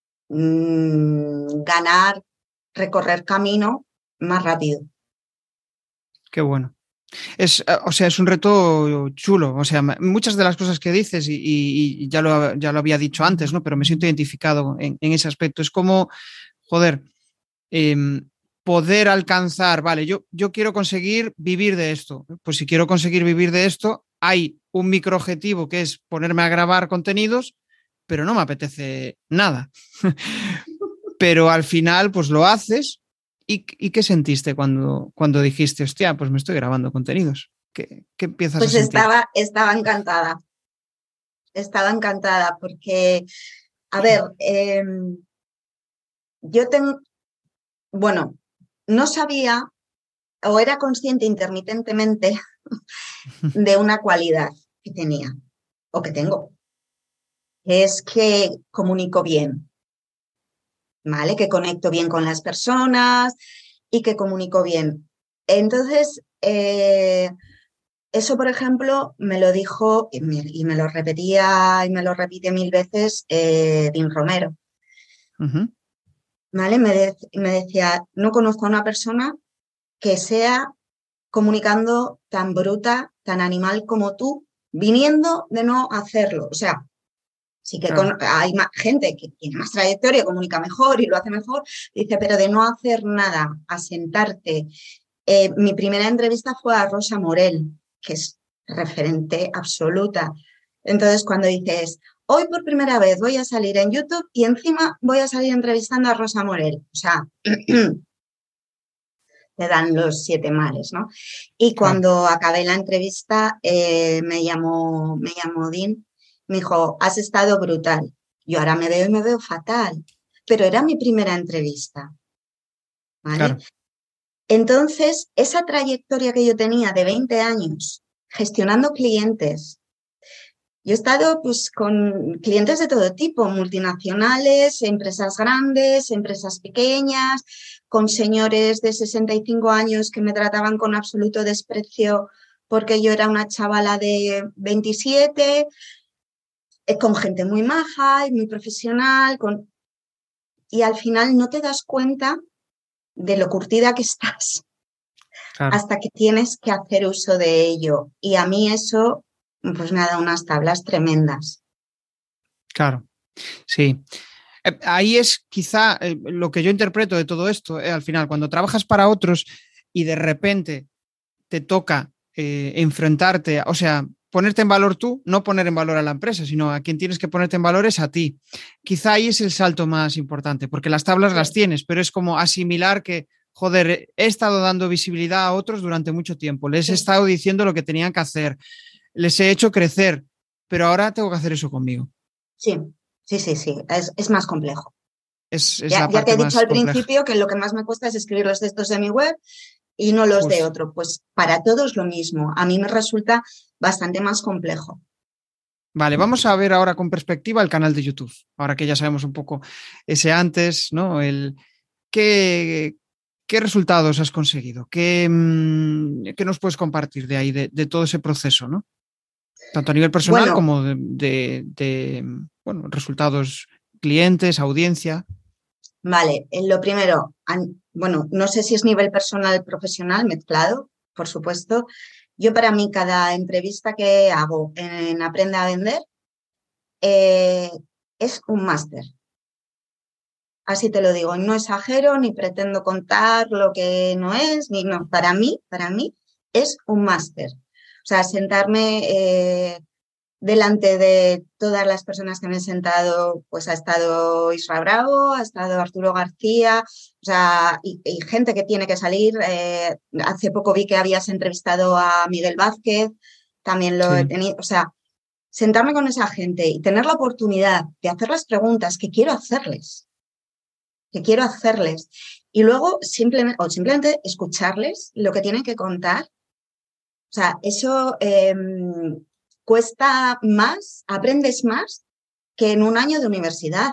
mmm, ganar, recorrer camino más rápido. Qué bueno. Es, o sea, es un reto chulo. O sea, muchas de las cosas que dices, y, y, y ya, lo, ya lo había dicho antes, ¿no? Pero me siento identificado en, en ese aspecto. Es como, joder, eh, poder alcanzar, vale, yo, yo quiero conseguir vivir de esto. Pues si quiero conseguir vivir de esto, hay un microobjetivo que es ponerme a grabar contenidos, pero no me apetece nada. Pero al final, pues lo haces. ¿Y, y qué sentiste cuando, cuando dijiste, hostia, pues me estoy grabando contenidos? ¿Qué, qué empiezas pues a sentir? Estaba, estaba encantada. Estaba encantada porque, a ver, eh, yo tengo, bueno, no sabía o era consciente intermitentemente de una cualidad que tenía o que tengo, que es que comunico bien, ¿vale? Que conecto bien con las personas y que comunico bien. Entonces, eh, eso, por ejemplo, me lo dijo y me, y me lo repetía y me lo repite mil veces eh, Dean Romero. Uh-huh. ¿Vale? Me, de, me decía, no conozco a una persona que sea comunicando tan bruta, tan animal como tú, viniendo de no hacerlo. O sea, sí que claro. con, hay más, gente que tiene más trayectoria, comunica mejor y lo hace mejor, dice, pero de no hacer nada, a sentarte. Eh, mi primera entrevista fue a Rosa Morel, que es referente absoluta. Entonces, cuando dices, hoy por primera vez voy a salir en YouTube y encima voy a salir entrevistando a Rosa Morel, o sea, te dan los siete males, ¿no? Y cuando claro. acabé la entrevista, eh, me llamó, me llamó Dean, me dijo, has estado brutal. Yo ahora me veo y me veo fatal, pero era mi primera entrevista, ¿vale? Claro. Entonces, esa trayectoria que yo tenía de veinte años gestionando clientes, yo he estado pues, con clientes de todo tipo, multinacionales, empresas grandes, empresas pequeñas, con señores de sesenta y cinco años que me trataban con absoluto desprecio porque yo era una chavala de veintisiete. eh, con gente muy maja y muy profesional, con... y al final no te das cuenta de lo curtida que estás claro. hasta que tienes que hacer uso de ello. Y a mí eso pues me ha dado unas tablas tremendas. Claro, sí. Eh, ahí es quizá eh, lo que yo interpreto de todo esto, eh, al final, cuando trabajas para otros y de repente te toca eh, enfrentarte, o sea, ponerte en valor tú, no poner en valor a la empresa, sino a quien tienes que ponerte en valor es a ti. Quizá ahí es el salto más importante, porque las tablas sí. las tienes, pero es como asimilar que, joder, he estado dando visibilidad a otros durante mucho tiempo, les sí. he estado diciendo lo que tenían que hacer, les he hecho crecer, pero ahora tengo que hacer eso conmigo. Sí, sí, sí, sí, es, es más complejo. Es, es ya, la ya parte te he dicho al compleja. principio que lo que más me cuesta es escribir los textos de mi web y no los pues, de otro. Pues para todos lo mismo. A mí me resulta bastante más complejo. Vale, vamos a ver ahora con perspectiva el canal de YouTube. Ahora que ya sabemos un poco ese antes, ¿no? El, ¿qué, qué resultados has conseguido? ¿Qué, qué nos puedes compartir de ahí, de, de todo ese proceso, ¿no? Tanto a nivel personal bueno, como de, de, de bueno, resultados clientes, audiencia. Vale, lo primero, bueno, no sé si es nivel personal profesional mezclado, por supuesto. Yo para mí cada entrevista que hago en Aprende a Vender eh, es un máster. Así te lo digo, no exagero ni pretendo contar lo que no es, ni no. Para mí, para mí es un máster. O sea, sentarme eh, delante de todas las personas que me he sentado, pues ha estado Isra Bravo, ha estado Arturo García, o sea, y, y gente que tiene que salir. Eh, hace poco vi que habías entrevistado a Miguel Vázquez, también lo sí. he tenido, o sea, sentarme con esa gente y tener la oportunidad de hacer las preguntas que quiero hacerles, que quiero hacerles, y luego simplemente, o simplemente escucharles lo que tienen que contar. O sea, eso eh, cuesta más, aprendes más que en un año de universidad.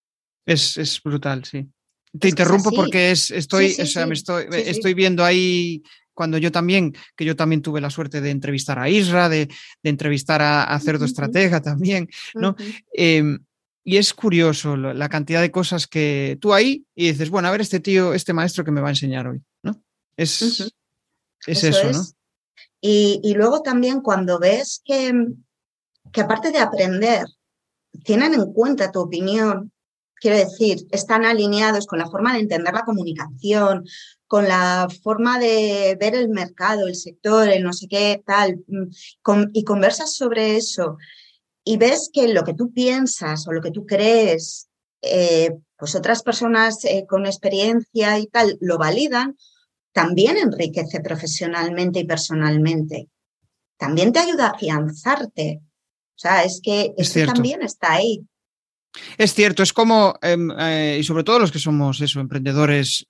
Es, es brutal, sí. Te es interrumpo es porque es, estoy, sí, sí, o sea, sí. me estoy, sí, estoy sí. viendo ahí cuando yo también, que yo también tuve la suerte de entrevistar a Isra, de, de entrevistar a, a Cerdo uh-huh. Estratega también, ¿no? Uh-huh. Eh, y es curioso la, la cantidad de cosas que tú ahí y dices, bueno, a ver este tío, este maestro que me va a enseñar hoy, ¿no? Es, uh-huh. es eso, eso es. ¿no? Y, y luego también cuando ves que, que aparte de aprender, tienen en cuenta tu opinión, quiero decir, están alineados con la forma de entender la comunicación, con la forma de ver el mercado, el sector, el no sé qué, tal, con, y conversas sobre eso y ves que lo que tú piensas o lo que tú crees, eh, pues otras personas eh, con experiencia y tal lo validan, también enriquece profesionalmente y personalmente. También te ayuda a afianzarte. O sea, es que es eso también está ahí. Es cierto, es como, eh, eh, y sobre todo los que somos eso, emprendedores,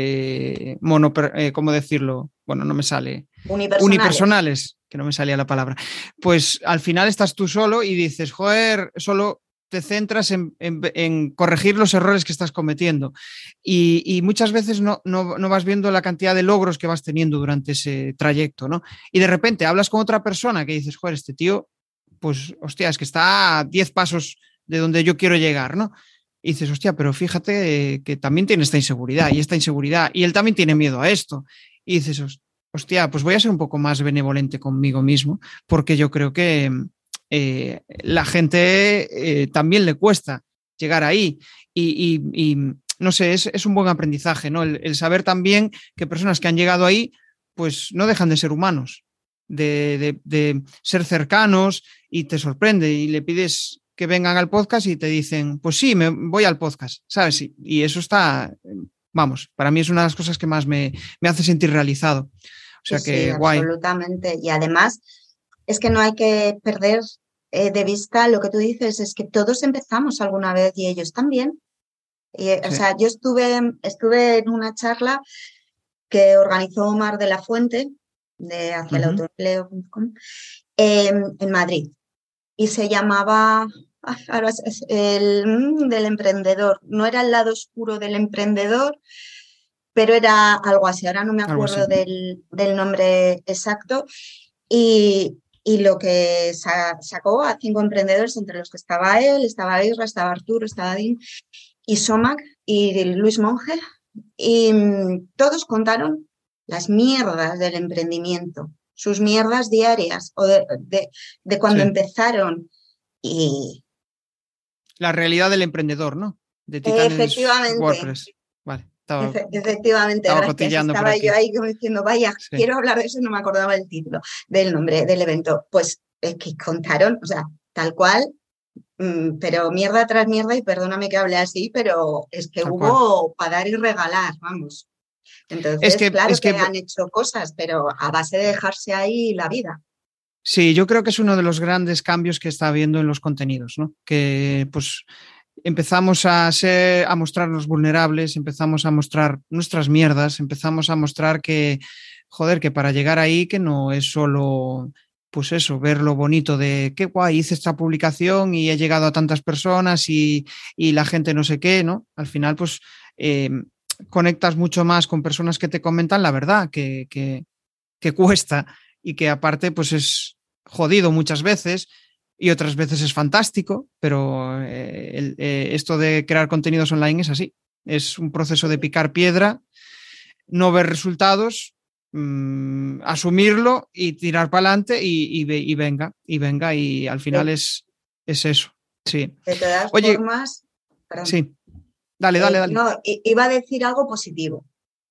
eh, mono, eh, ¿cómo decirlo? Bueno, no me sale. Unipersonales. Unipersonales, que no me salía la palabra. Pues al final estás tú solo y dices, joder, solo te centras en, en, en corregir los errores que estás cometiendo. Y, y muchas veces no, no, no vas viendo la cantidad de logros que vas teniendo durante ese trayecto, ¿no? Y de repente hablas con otra persona que dices, joder, este tío, pues, hostia, es que está a diez pasos de donde yo quiero llegar, ¿no? Y dices, hostia, pero fíjate eh, que también tiene esta inseguridad y esta inseguridad, y él también tiene miedo a esto. Y dices, hostia, pues voy a ser un poco más benevolente conmigo mismo, porque yo creo que eh, la gente eh, también le cuesta llegar ahí. Y, y, y no sé, es, es, un buen aprendizaje, ¿no? El, el saber también que personas que han llegado ahí, pues no dejan de ser humanos, de, de, de ser cercanos, y te sorprende y le pides que vengan al podcast y te dicen, pues sí, me voy al podcast, ¿sabes? Y, y eso está, vamos, para mí es una de las cosas que más me, me hace sentir realizado. O sea sí, que sí, guay. Absolutamente. Y además es que no hay que perder eh, de vista lo que tú dices, es que todos empezamos alguna vez y ellos también. Y, sí. O sea, yo estuve, estuve en una charla que organizó Omar de la Fuente, de hacia el autoempleo punto com, eh, en Madrid. Y se llamaba ahora es el del emprendedor. No era el lado oscuro del emprendedor, pero era algo así. Ahora no me acuerdo del, del nombre exacto. Y, Y lo que sa- sacó a cinco emprendedores, entre los que estaba él, estaba Isra, estaba Arturo, estaba Dean y Somac y Luis Monge, y mm, todos contaron las mierdas del emprendimiento, sus mierdas diarias o de, de, de cuando Sí. empezaron. Y La realidad del emprendedor, ¿no? De Titanes efectivamente, WordPress. Vale, estaba, efe- efectivamente, estaba gracias. cotillando por Estaba aquí. yo ahí como diciendo, vaya, Sí. quiero hablar de eso y no me acordaba del título, del nombre del evento. Pues es que contaron, o sea, tal cual, mm, pero mierda tras mierda, y perdóname que hable así, pero es que Tal cual. hubo para dar y regalar, vamos. Entonces, Es que, claro es que que han hecho cosas, pero a base de dejarse ahí la vida. sí, yo creo que es uno de los grandes cambios que está habiendo en los contenidos, ¿no? Que pues empezamos a ser, a mostrarnos vulnerables, empezamos a mostrar nuestras mierdas, empezamos a mostrar que, joder, que para llegar ahí, que no es solo, pues eso, ver lo bonito de qué guay, hice esta publicación y he llegado a tantas personas y, y la gente no sé qué, ¿no? Al final, pues eh, conectas mucho más con personas que te comentan la verdad, que, que, que cuesta y que aparte, pues es jodido muchas veces y otras veces es fantástico, pero eh, el, eh, esto de crear contenidos online es así. Es un proceso de picar piedra, no ver resultados, mmm, asumirlo y tirar para adelante y, y, y, venga, y venga, y al final De, es, es eso. Sí. de todas Oye, formas, perdón, sí, dale, dale, eh, dale. no, iba a decir algo positivo.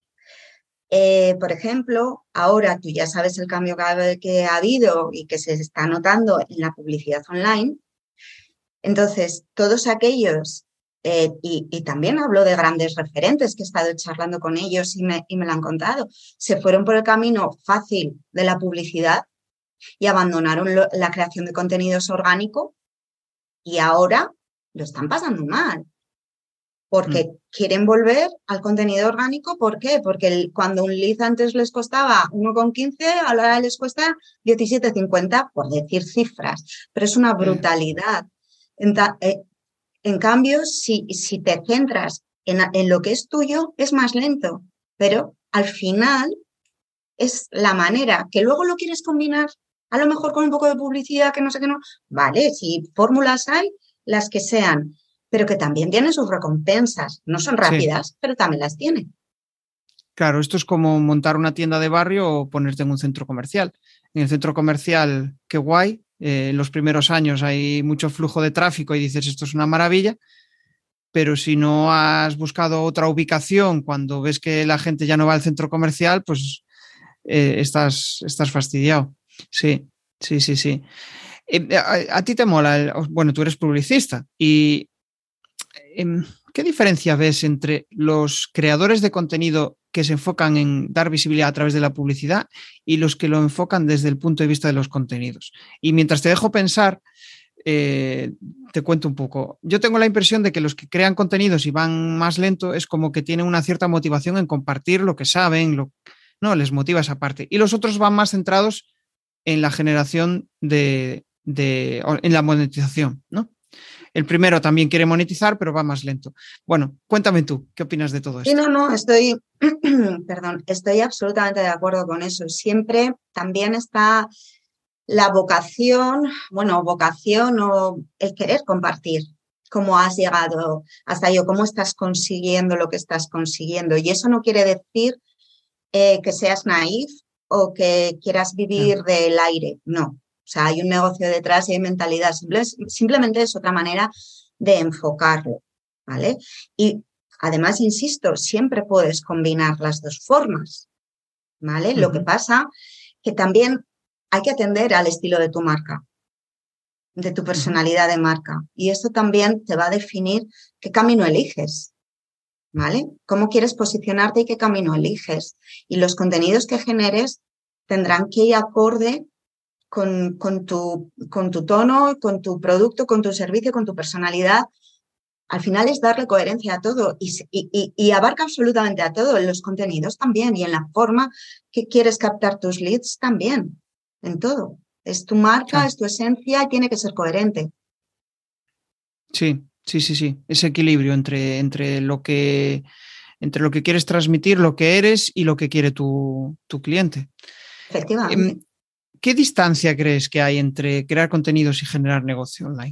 Eh, por ejemplo, ahora tú ya sabes el cambio que ha, que ha habido y que se está notando en la publicidad online. Entonces, todos aquellos, eh, y, y también hablo de grandes referentes que he estado charlando con ellos y me, y me lo han contado, se fueron por el camino fácil de la publicidad y abandonaron lo, la creación de contenidos orgánico, y ahora lo están pasando mal. Porque mm. quieren volver al contenido orgánico. ¿Por qué? Porque el, cuando un lead antes les costaba uno con quince, ahora les cuesta diecisiete cincuenta, por decir cifras. Pero es una brutalidad. En, eh, en cambio, si, si te centras en, en lo que es tuyo, es más lento. Pero al final es la manera que luego lo quieres combinar, a lo mejor con un poco de publicidad, que no sé qué no. Vale, si fórmulas hay, las que sean, pero que también tienen sus recompensas. No son rápidas, sí, pero también las tienen. Claro, esto es como montar una tienda de barrio o ponerte en un centro comercial. En el centro comercial, qué guay. Eh, en los primeros años hay mucho flujo de tráfico y dices, esto es una maravilla. Pero si no has buscado otra ubicación cuando ves que la gente ya no va al centro comercial, pues eh, estás, estás fastidiado. Sí, sí, sí, sí. Eh, a, a ti te mola, el, bueno, tú eres publicista y eh, ¿qué diferencia ves entre los creadores de contenido que se enfocan en dar visibilidad a través de la publicidad y los que lo enfocan desde el punto de vista de los contenidos? Y mientras te dejo pensar, eh, te cuento un poco. Yo tengo la impresión de que los que crean contenidos y van más lento es como que tienen una cierta motivación en compartir lo que saben, lo, no, les motiva esa parte. Y los otros van más centrados en la generación de, de en la monetización, ¿no? El primero también quiere monetizar, pero va más lento. Bueno, cuéntame tú, ¿qué opinas de todo esto? Sí, no, no, estoy, perdón, estoy absolutamente de acuerdo con eso. Siempre también está la vocación, bueno, vocación o el querer compartir cómo has llegado hasta ello, cómo estás consiguiendo lo que estás consiguiendo. Y eso no quiere decir eh, que seas naif o que quieras vivir sí. del aire, no. O sea, hay un negocio detrás y hay mentalidad. Simple, simplemente es otra manera de enfocarlo, ¿vale? Y además, insisto, siempre puedes combinar las dos formas, ¿vale? Uh-huh. Lo que pasa que también hay que atender al estilo de tu marca, de tu personalidad uh-huh. de marca. Y esto también te va a definir qué camino eliges, ¿vale? Cómo quieres posicionarte y qué camino eliges. Y los contenidos que generes tendrán que ir acorde Con, con, tu, con tu tono, con tu producto, con tu servicio, con tu personalidad. Al final es darle coherencia a todo y, y, y abarca absolutamente a todo, en los contenidos también y en la forma que quieres captar tus leads también, en todo. Es tu marca, sí. es tu esencia y tiene que ser coherente. Sí, sí, sí, sí. Ese equilibrio entre, entre, lo que, entre lo que quieres transmitir, lo que eres y lo que quiere tu, tu cliente. Efectivamente. Eh, ¿qué distancia crees que hay entre crear contenidos y generar negocio online?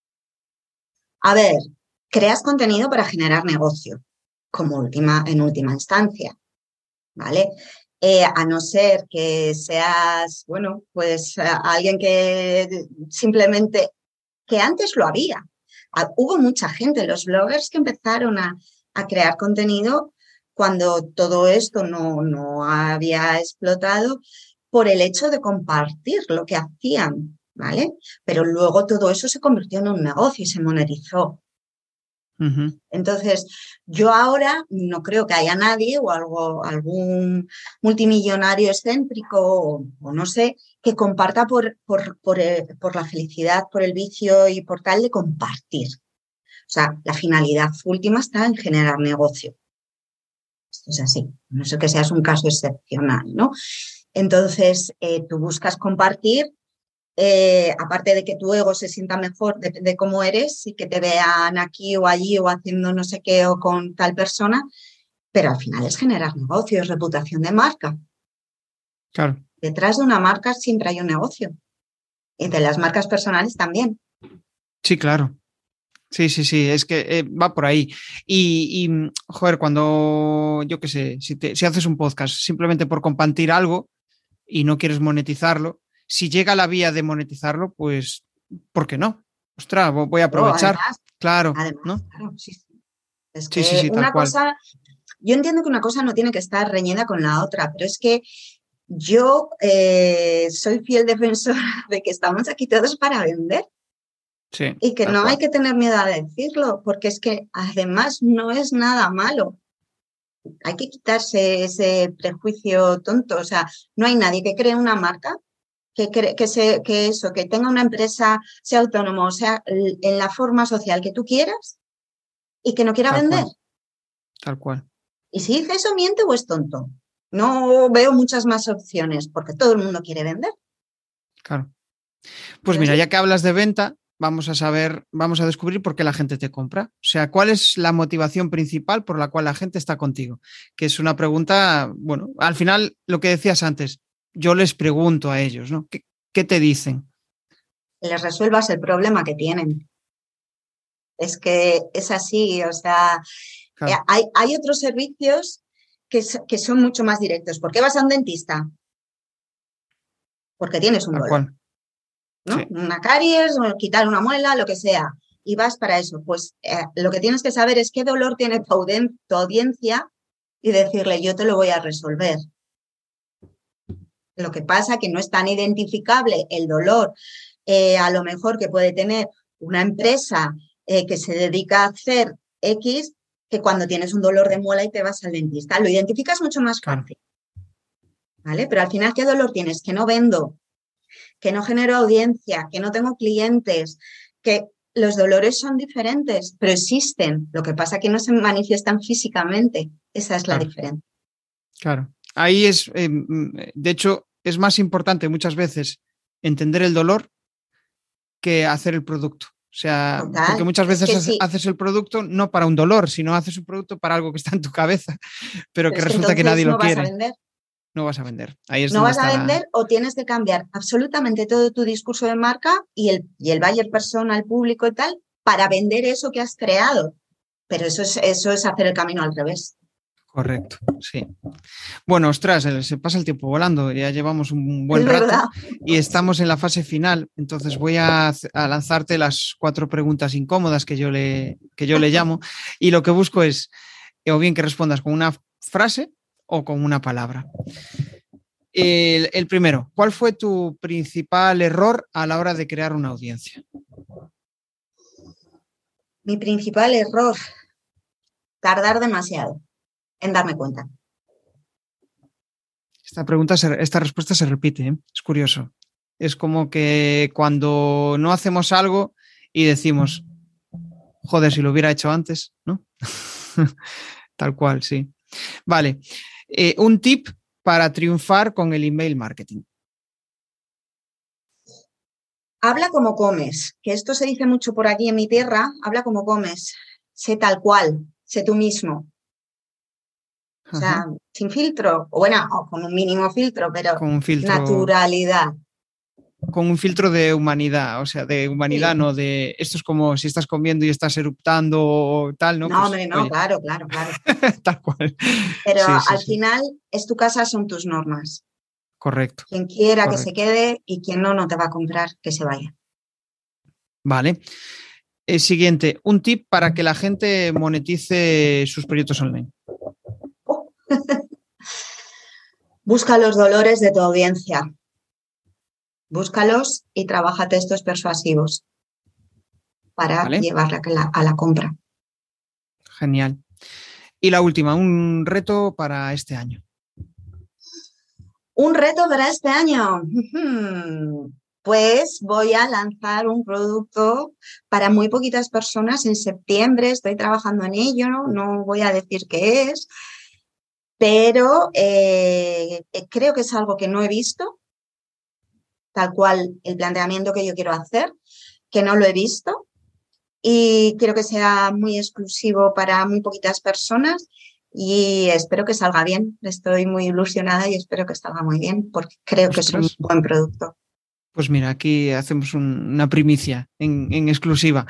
A ver, creas contenido para generar negocio, como última, en última instancia, ¿vale? Eh, a no ser que seas, bueno, pues uh, alguien que simplemente, que antes lo había. Uh, hubo mucha gente, los bloggers que empezaron a, a crear contenido cuando todo esto no, no había explotado por el hecho de compartir lo que hacían, ¿vale? Pero luego todo eso se convirtió en un negocio y se monetizó. Uh-huh. Entonces, yo ahora no creo que haya nadie o algo, algún multimillonario excéntrico o, o no sé, que comparta por, por, por, el, por la felicidad, por el vicio y por tal de compartir. O sea, la finalidad última está en generar negocio. Esto es así, no sé que seas un caso excepcional, ¿no? Entonces, eh, tú buscas compartir. Eh, aparte de que tu ego se sienta mejor, depende de cómo eres y que te vean aquí o allí o haciendo no sé qué o con tal persona, pero al final es generar negocio, es reputación de marca. Claro. Detrás de una marca siempre hay un negocio y de las marcas personales también. Sí, claro. Sí, sí, sí, es que eh, va por ahí. Y, y, joder, cuando, yo qué sé, si, te, si haces un podcast simplemente por compartir algo y no quieres monetizarlo, si llega la vía de monetizarlo, pues, ¿por qué no? Ostras, voy a aprovechar. Oh, además, claro, además, ¿no? Claro, sí, sí. Es sí, que sí, sí, una tal cual. cosa, yo entiendo que una cosa no tiene que estar reñida con la otra, pero es que yo eh, soy fiel defensora de que estamos aquí todos para vender. Sí, y que no cual. hay que tener miedo a decirlo, porque es que además no es nada malo. Hay que quitarse ese prejuicio tonto. O sea, no hay nadie que cree una marca, que, cree, que, se, que eso, que tenga una empresa, sea autónomo, sea en la forma social que tú quieras y que no quiera Tal vender. Cual. Tal cual. Y si dice eso, miente o es tonto. No veo muchas más opciones, porque todo el mundo quiere vender. Claro. Pues mira, ya que hablas de venta, vamos a saber, vamos a descubrir por qué la gente te compra. O sea, ¿cuál es la motivación principal por la cual la gente está contigo? Que es una pregunta, bueno, al final lo que decías antes, yo les pregunto a ellos, ¿no? ¿Qué, qué te dicen? Que les resuelvas el problema que tienen. Es que es así, o sea, claro. hay, hay otros servicios que, que son mucho más directos. ¿Por qué vas a un dentista? Porque tienes un Tal dolor. Cual. ¿No? Sí. Una caries, o quitar una muela, lo que sea. Y vas para eso. Pues eh, lo que tienes que saber es qué dolor tiene tu, audien- tu audiencia y decirle, yo te lo voy a resolver. Lo que pasa es que no es tan identificable el dolor, eh, a lo mejor que puede tener una empresa eh, que se dedica a hacer X, que cuando tienes un dolor de muela y te vas al dentista. Lo identificas mucho más fácil. ¿Vale? Pero al final, ¿qué dolor tienes? Que no vendo, que no genero audiencia, que no tengo clientes, que los dolores son diferentes, pero existen. Lo que pasa es que no se manifiestan físicamente. Esa es la claro. diferencia. Claro. Ahí es, eh, de hecho, es más importante muchas veces entender el dolor que hacer el producto. O sea, Total, porque muchas veces es que sí. haces el producto no para un dolor, sino haces un producto para algo que está en tu cabeza, pero, pero que es resulta que, que nadie no lo quiere. Vas a vender. No vas a vender. Ahí es no donde vas está a vender la... o tienes que cambiar absolutamente todo tu discurso de marca y el, y el buyer persona, el público y tal, para vender eso que has creado. Pero eso es, eso es hacer el camino al revés. Correcto, sí. Bueno, ostras, se pasa el tiempo volando, ya llevamos un buen es rato verdad. y estamos en la fase final, entonces voy a, a lanzarte las cuatro preguntas incómodas que yo, le, que yo le llamo y lo que busco es o bien que respondas con una frase o con una palabra. El, el primero, ¿cuál fue tu principal error a la hora de crear una audiencia? Mi principal error, tardar demasiado en darme cuenta. Esta pregunta, esta respuesta se repite, ¿eh? Es curioso. Es como que cuando no hacemos algo y decimos, joder, si lo hubiera hecho antes, ¿no? Tal cual, sí. Vale. Eh, un tip para triunfar con el email marketing. Habla como comes, que esto se dice mucho por aquí en mi tierra, habla como comes, sé tal cual, sé tú mismo. O sea, Ajá. sin filtro, o bueno, o con un mínimo filtro, pero con un filtro... naturalidad. con un filtro de humanidad, o sea, de humanidad, Sí. no de esto es como si estás comiendo y estás eruptando o tal, ¿no? No, Pues, hombre, no, oye, claro, claro, claro. tal cual. Pero Sí, sí, al sí. final es tu casa, son tus normas. Correcto, Quien quiera que se correcto. quede y quien no, no te va a comprar, que se vaya. Vale. Eh, siguiente, un tip para que la gente monetice sus proyectos online. Oh. Busca los dolores de tu audiencia. Búscalos y trabaja textos persuasivos para ¿Vale? llevarla a la, a la compra. Genial. Y la última, un reto para este año. Un reto para este año. Pues voy a lanzar un producto para muy poquitas personas en septiembre. Estoy trabajando en ello, no, no voy a decir qué es, pero eh, creo que es algo que no he visto, tal cual el planteamiento que yo quiero hacer, que no lo he visto y quiero que sea muy exclusivo para muy poquitas personas y espero que salga bien. Estoy muy ilusionada y espero que salga muy bien porque creo que es un Ostras. buen producto. Pues mira, aquí hacemos un, una primicia en, en, exclusiva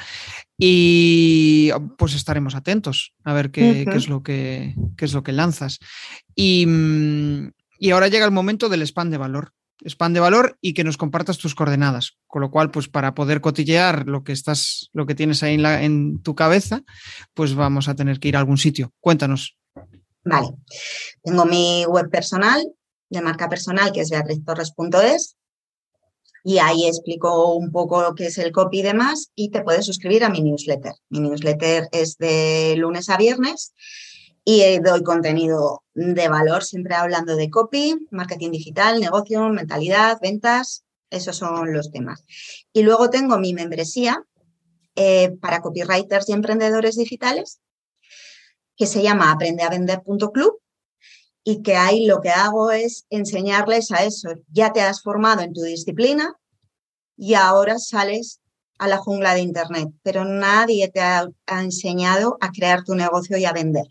y pues estaremos atentos a ver qué, Uh-huh. qué, es, lo que, qué es lo que lanzas. Y, y ahora llega el momento del spam de valor. Spam de valor y que nos compartas tus coordenadas. Con lo cual, pues para poder cotillear lo que estás, lo que tienes ahí en, la, en tu cabeza, pues vamos a tener que ir a algún sitio. Cuéntanos. Vale. Tengo mi web personal, de marca personal, que es beatriz torres punto es. Y ahí explico un poco qué es el copy y demás y te puedes suscribir a mi newsletter. Mi newsletter es de lunes a viernes y doy contenido de valor, siempre hablando de copy, marketing digital, negocio, mentalidad, ventas, esos son los temas. Y luego tengo mi membresía eh, para copywriters y emprendedores digitales que se llama aprende a vender punto club y que ahí lo que hago es enseñarles a eso. Ya te has formado en tu disciplina y ahora sales a la jungla de Internet, pero nadie te ha, ha enseñado a crear tu negocio y a vender.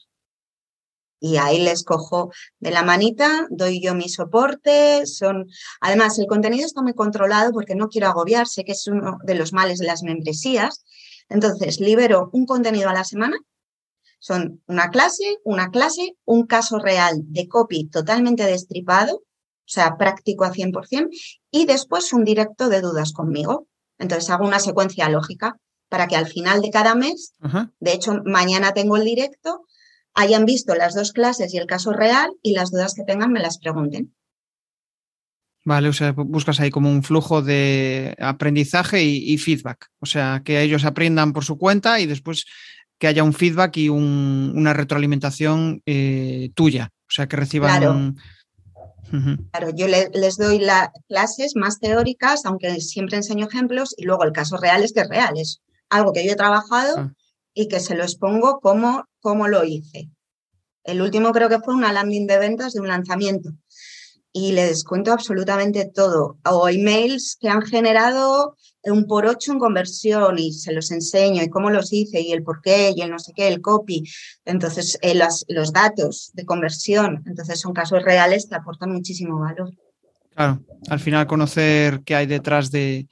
Y ahí les cojo de la manita, doy yo mi soporte. Son... Además, el contenido está muy controlado porque no quiero agobiar, sé que es uno de los males de las membresías. Entonces, libero un contenido a la semana. Son una clase, una clase, un caso real de copy totalmente destripado, o sea, práctico a cien por ciento, y después un directo de dudas conmigo. Entonces hago una secuencia lógica para que al final de cada mes, uh-huh. de hecho, mañana tengo el directo, hayan visto las dos clases y el caso real y las dudas que tengan me las pregunten. Vale, o sea, buscas ahí como un flujo de aprendizaje y, y feedback, o sea, que ellos aprendan por su cuenta y después que haya un feedback y un, una retroalimentación eh, tuya, o sea, que reciban... Claro, uh-huh. claro yo le, les doy las clases más teóricas, aunque siempre enseño ejemplos, y luego el caso real es que es real, es algo que yo he trabajado ah. y que se lo expongo cómo, cómo lo hice. El último creo que fue una landing de ventas de un lanzamiento y les cuento absolutamente todo, o emails que han generado un por ocho en conversión y se los enseño y cómo los hice y el por qué y el no sé qué, el copy, entonces eh, los, los datos de conversión, entonces son casos reales que aportan muchísimo valor. Claro, al final conocer qué hay detrás de,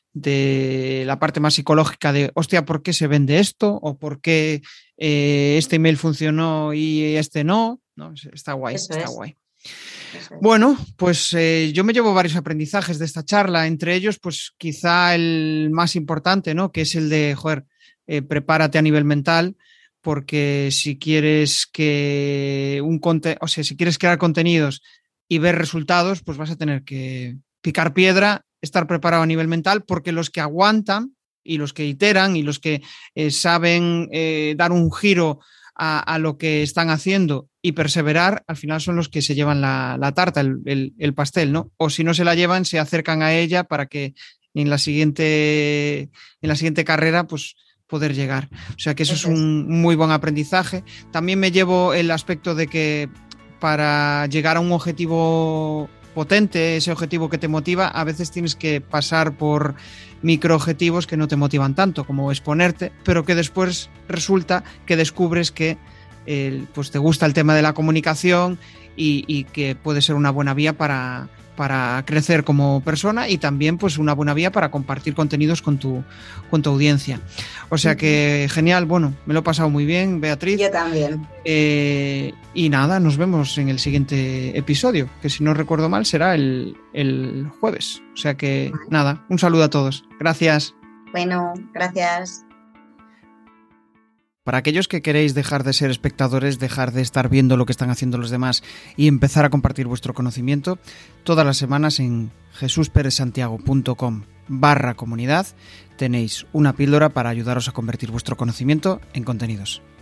de la parte más psicológica de, hostia, ¿por qué se vende esto? ¿O por qué eh, este email funcionó y este no? No, está guay, Eso está es. guay. Bueno, pues eh, yo me llevo varios aprendizajes de esta charla, entre ellos, pues quizá el más importante, ¿no? Que es el de, joder, eh, prepárate a nivel mental, porque si quieres que un conte- o sea, si quieres crear contenidos y ver resultados, pues vas a tener que picar piedra, estar preparado a nivel mental, porque los que aguantan y los que iteran y los que eh, saben eh, dar un giro A, a lo que están haciendo y perseverar, al final son los que se llevan la, la tarta, el, el, el pastel, ¿no? O si no se la llevan, se acercan a ella para que en la siguiente, en la siguiente carrera, pues poder llegar. O sea que eso es un muy buen aprendizaje. También me llevo el aspecto de que para llegar a un objetivo potente, ese objetivo que te motiva, a veces tienes que pasar por microobjetivos que no te motivan tanto, como exponerte, pero que después resulta que descubres que eh, pues te gusta el tema de la comunicación y, y que puede ser una buena vía para, para crecer como persona y también pues una buena vía para compartir contenidos con tu, con tu audiencia. O sea que genial, bueno, me lo he pasado muy bien, Beatriz. Yo también. Eh, y nada, nos vemos en el siguiente episodio, que si no recuerdo mal será el, el jueves. O sea que vale. Nada, un saludo a todos. Gracias. Bueno, gracias. Para aquellos que queréis dejar de ser espectadores, dejar de estar viendo lo que están haciendo los demás y empezar a compartir vuestro conocimiento, todas las semanas en jesusperezsantiago.com barra comunidad tenéis una píldora para ayudaros a convertir vuestro conocimiento en contenidos.